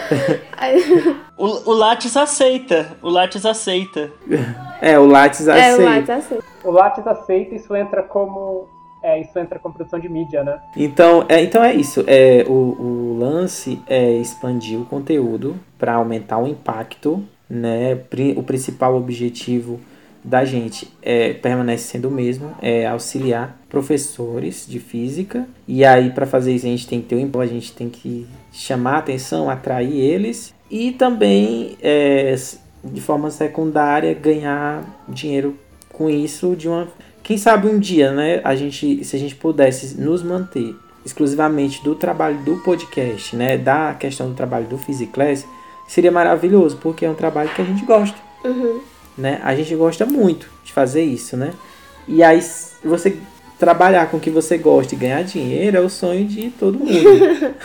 O Lattes aceita. O Lattes aceita. O Lattes aceita. O Lattes aceita. O Lattes aceita, isso entra como produção de mídia, né? Então é isso. O lance é expandir o conteúdo para aumentar o impacto, né? O principal objetivo da gente permanece sendo o mesmo, auxiliar professores de física. E aí, para fazer isso, a gente tem que ter a gente tem que chamar a atenção, atrair eles e também, de forma secundária, ganhar dinheiro com isso quem sabe um dia, né, se a gente pudesse nos manter exclusivamente do trabalho do podcast, né, da questão do trabalho do PhysiClass, seria maravilhoso, porque é um trabalho que a gente gosta. Né? A gente gosta muito de fazer isso, né? E aí, você trabalhar com o que você gosta e ganhar dinheiro é o sonho de todo mundo.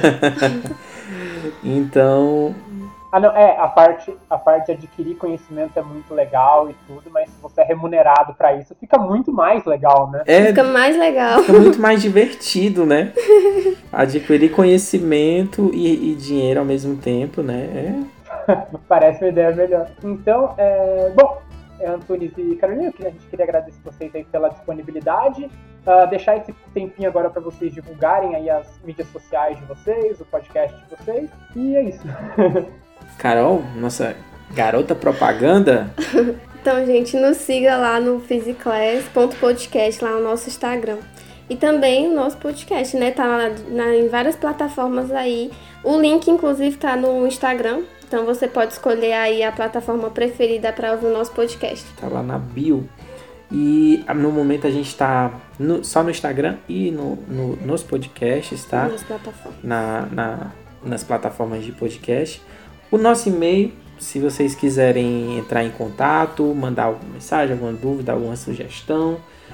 Então... a parte de adquirir conhecimento é muito legal e tudo, mas se você é remunerado pra isso, fica muito mais legal, né? Fica mais legal. Fica muito mais divertido, né? Adquirir conhecimento e dinheiro ao mesmo tempo, né? Parece uma ideia melhor. Então, Antunes e Carolina, a gente queria agradecer vocês aí pela disponibilidade, deixar esse tempinho agora para vocês divulgarem aí as mídias sociais de vocês, o podcast de vocês, e é isso. Carol, nossa garota propaganda. Então, gente, nos siga lá no physiclass.podcast, lá no nosso Instagram. E também o nosso podcast, né? Tá em várias plataformas aí. O link, inclusive, tá no Instagram. Então você pode escolher aí a plataforma preferida para ouvir o nosso podcast. Tá lá na bio. E no momento a gente tá só no Instagram e nos podcasts, tá? Nas plataformas. Nas plataformas de podcast. O nosso e-mail, se vocês quiserem entrar em contato, mandar alguma mensagem, alguma dúvida, alguma sugestão,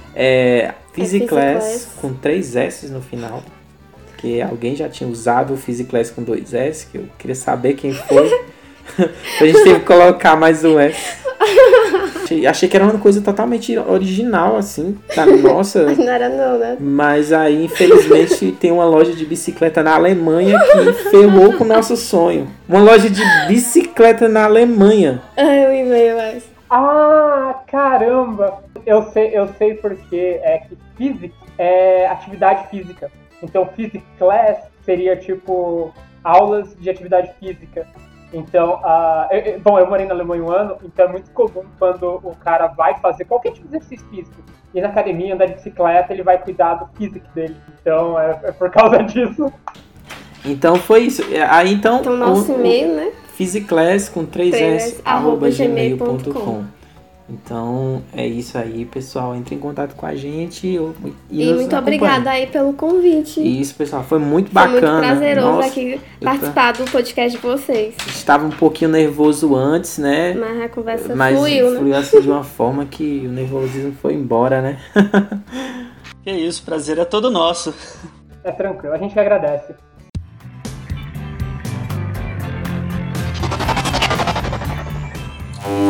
PhysiClass com 3 S no final. Que alguém já tinha usado o PhysiClass com 2 S, que eu queria saber quem foi. A gente teve que colocar mais um S. Achei que era uma coisa totalmente original, assim, tá? Nossa. Não era não, né? Mas aí, infelizmente, tem uma loja de bicicleta na Alemanha que ferrou com o nosso sonho. Uma loja de bicicleta na Alemanha. O e-mail é esse. Ah, caramba! Eu sei porque que Physics é atividade física. Então, PhysiClass seria, tipo, aulas de atividade física. Então, eu morei na Alemanha 1 ano, então é muito comum quando o cara vai fazer qualquer tipo de exercício físico. Ir na academia, andar de bicicleta, ele vai cuidar do físico dele. Então, é por causa disso. Então, foi isso. Aí, então nosso e-mail, né? PhysiClass com 3S, @gmail.com. Então, é isso aí, pessoal. Entre em contato com a gente e muito obrigada aí pelo convite. Isso, pessoal. Foi muito bacana. Foi muito prazeroso aqui participar do podcast de vocês. Estava um pouquinho nervoso antes, né? Mas a conversa fluiu, né? Fluiu assim de uma forma que o nervosismo foi embora, né? Que isso, prazer é todo nosso. É tranquilo, a gente que agradece.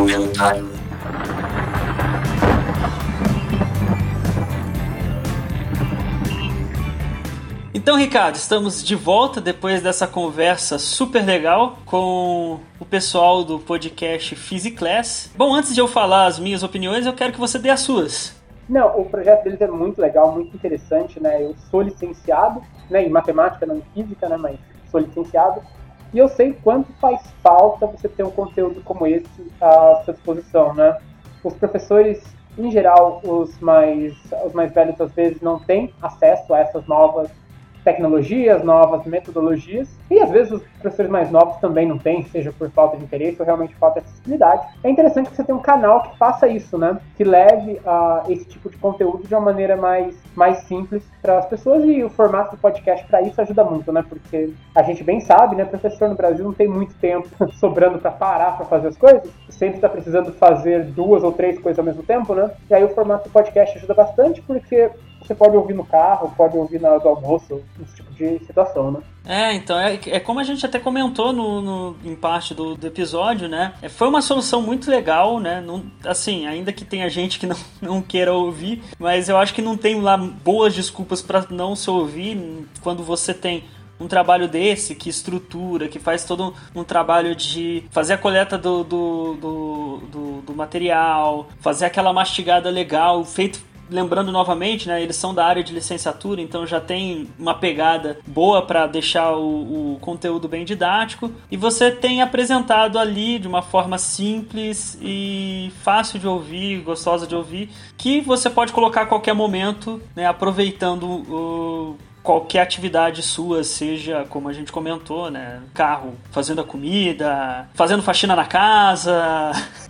comentário. Então, Ricardo, estamos de volta depois dessa conversa super legal com o pessoal do podcast Physiclass. Bom, antes de eu falar as minhas opiniões, eu quero que você dê as suas. Não, o projeto deles é muito legal, muito interessante, né? Eu sou licenciado, né, em matemática, não em física, né, mas sou licenciado. E eu sei quanto faz falta você ter um conteúdo como esse à sua disposição, né? Os professores, em geral, os mais velhos, às vezes, não têm acesso a essas novas tecnologias, novas metodologias, e às vezes os professores mais novos também não têm, seja por falta de interesse ou realmente falta de acessibilidade. É interessante que você tenha um canal que faça isso, né? Que leve esse tipo de conteúdo de uma maneira mais simples para as pessoas, e o formato do podcast para isso ajuda muito, né? Porque a gente bem sabe, né? Professor no Brasil não tem muito tempo sobrando para parar para fazer as coisas, sempre está precisando fazer 2 ou 3 coisas ao mesmo tempo, né? E aí o formato do podcast ajuda bastante, porque você pode ouvir no carro, pode ouvir na hora do almoço, esse tipo de situação, né? Então, é como a gente até comentou em parte do episódio, né? Foi uma solução muito legal, né? Não, assim, ainda que tenha gente que não queira ouvir, mas eu acho que não tem lá boas desculpas para não se ouvir quando você tem um trabalho desse, que estrutura, que faz todo um trabalho de fazer a coleta do material, fazer aquela mastigada legal, feito. Lembrando novamente, né, eles são da área de licenciatura, então já tem uma pegada boa para deixar o conteúdo bem didático, e você tem apresentado ali de uma forma simples e fácil de ouvir, gostosa de ouvir, que você pode colocar a qualquer momento, né, aproveitando qualquer atividade sua, seja, como a gente comentou, né, carro, fazendo a comida, fazendo faxina na casa.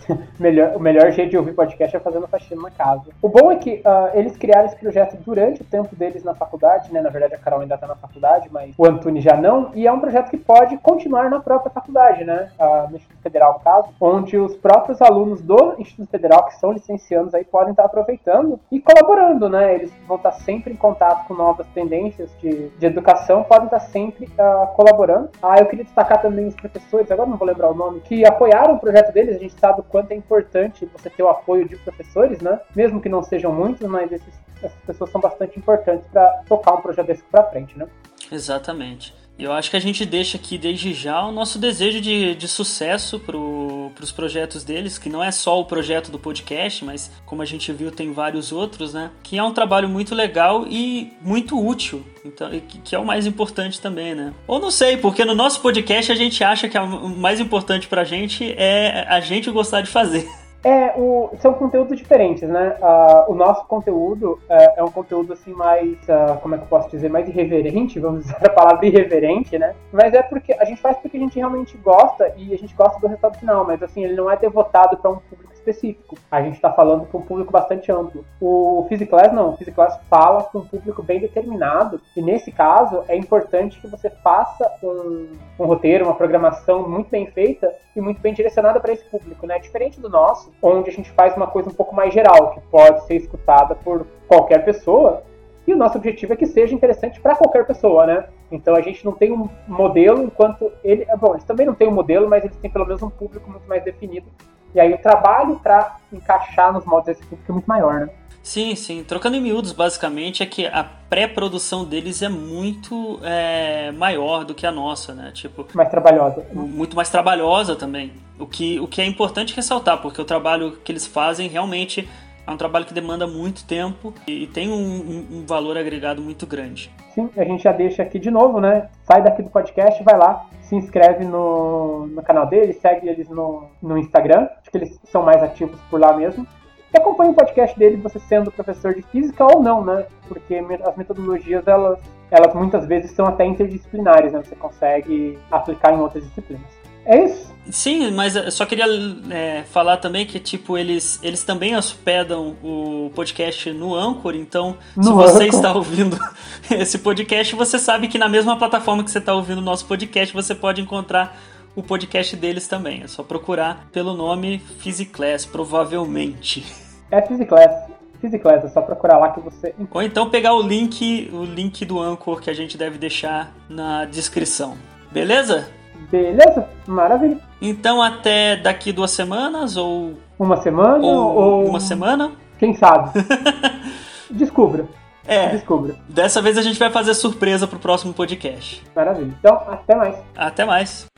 O melhor jeito de ouvir podcast é fazendo faxina na casa. O bom é que eles criaram esse projeto durante o tempo deles na faculdade, né? Na verdade, a Carol ainda está na faculdade, mas o Antônio já não. E é um projeto que pode continuar na própria faculdade, né? No Instituto Federal, no caso, onde os próprios alunos do Instituto Federal, que são licenciados aí, podem estar aproveitando e colaborando, né? Eles vão estar sempre em contato com novas tendências de educação, podem estar sempre colaborando. Eu queria destacar também os professores, agora não vou lembrar o nome, que apoiaram o projeto deles. A gente sabe o quanto é importante você ter o apoio de professores, né? Mesmo que não sejam muitos, mas essas pessoas são bastante importantes para tocar um projeto desse para frente, né? Exatamente. Eu acho que a gente deixa aqui desde já o nosso desejo de sucesso para os projetos deles, que não é só o projeto do podcast, mas como a gente viu tem vários outros, né? Que é um trabalho muito legal e muito útil, então, que é o mais importante também, né? Ou não sei, porque no nosso podcast a gente acha que o mais importante pra gente é a gente gostar de fazer. São conteúdos diferentes, né? O nosso conteúdo é um conteúdo assim mais, como é que eu posso dizer, mais irreverente, vamos usar a palavra irreverente, né? Mas é porque a gente faz porque a gente realmente gosta e a gente gosta do resultado final, mas assim, ele não é devotado para um público específico. A gente está falando para um público bastante amplo. O Physiclass não, o Physiclass fala com um público bem determinado, e nesse caso é importante que você faça um roteiro, uma programação muito bem feita e muito bem direcionada para esse público, né? Diferente do nosso, onde a gente faz uma coisa um pouco mais geral, que pode ser escutada por qualquer pessoa, e o nosso objetivo é que seja interessante para qualquer pessoa, né? Então a gente não tem um modelo, enquanto eles também não têm um modelo, mas eles têm pelo menos um público muito mais definido. E aí o trabalho para encaixar nos moldes desse público é muito maior, né? Sim, sim. Trocando em miúdos, basicamente, é que a pré-produção deles é muito maior do que a nossa, né? Tipo, mais trabalhosa. Muito mais trabalhosa também. O que é importante ressaltar, porque o trabalho que eles fazem realmente é um trabalho que demanda muito tempo e tem um valor agregado muito grande. Sim, a gente já deixa aqui de novo, né? Sai daqui do podcast, vai lá, se inscreve no canal deles, segue eles no Instagram, acho que eles são mais ativos por lá mesmo. E acompanha o podcast dele, você sendo professor de física ou não, né? Porque as metodologias, elas muitas vezes são até interdisciplinares, né? Você consegue aplicar em outras disciplinas. É isso? Sim, mas eu só queria falar também que, tipo, eles também hospedam o podcast no Anchor, então se você está ouvindo esse podcast, você sabe que na mesma plataforma que você está ouvindo o nosso podcast, você pode encontrar o podcast deles também. É só procurar pelo nome Physiclass, provavelmente. É Physiclass, é só procurar lá que você... Ou então pegar o link do Anchor que a gente deve deixar na descrição. Beleza? Beleza? Maravilha. Então até daqui 2 semanas ou Uma semana ou... uma semana? Quem sabe? Descubra. Descubra. Dessa vez a gente vai fazer surpresa pro próximo podcast. Maravilha. Então, até mais. Até mais.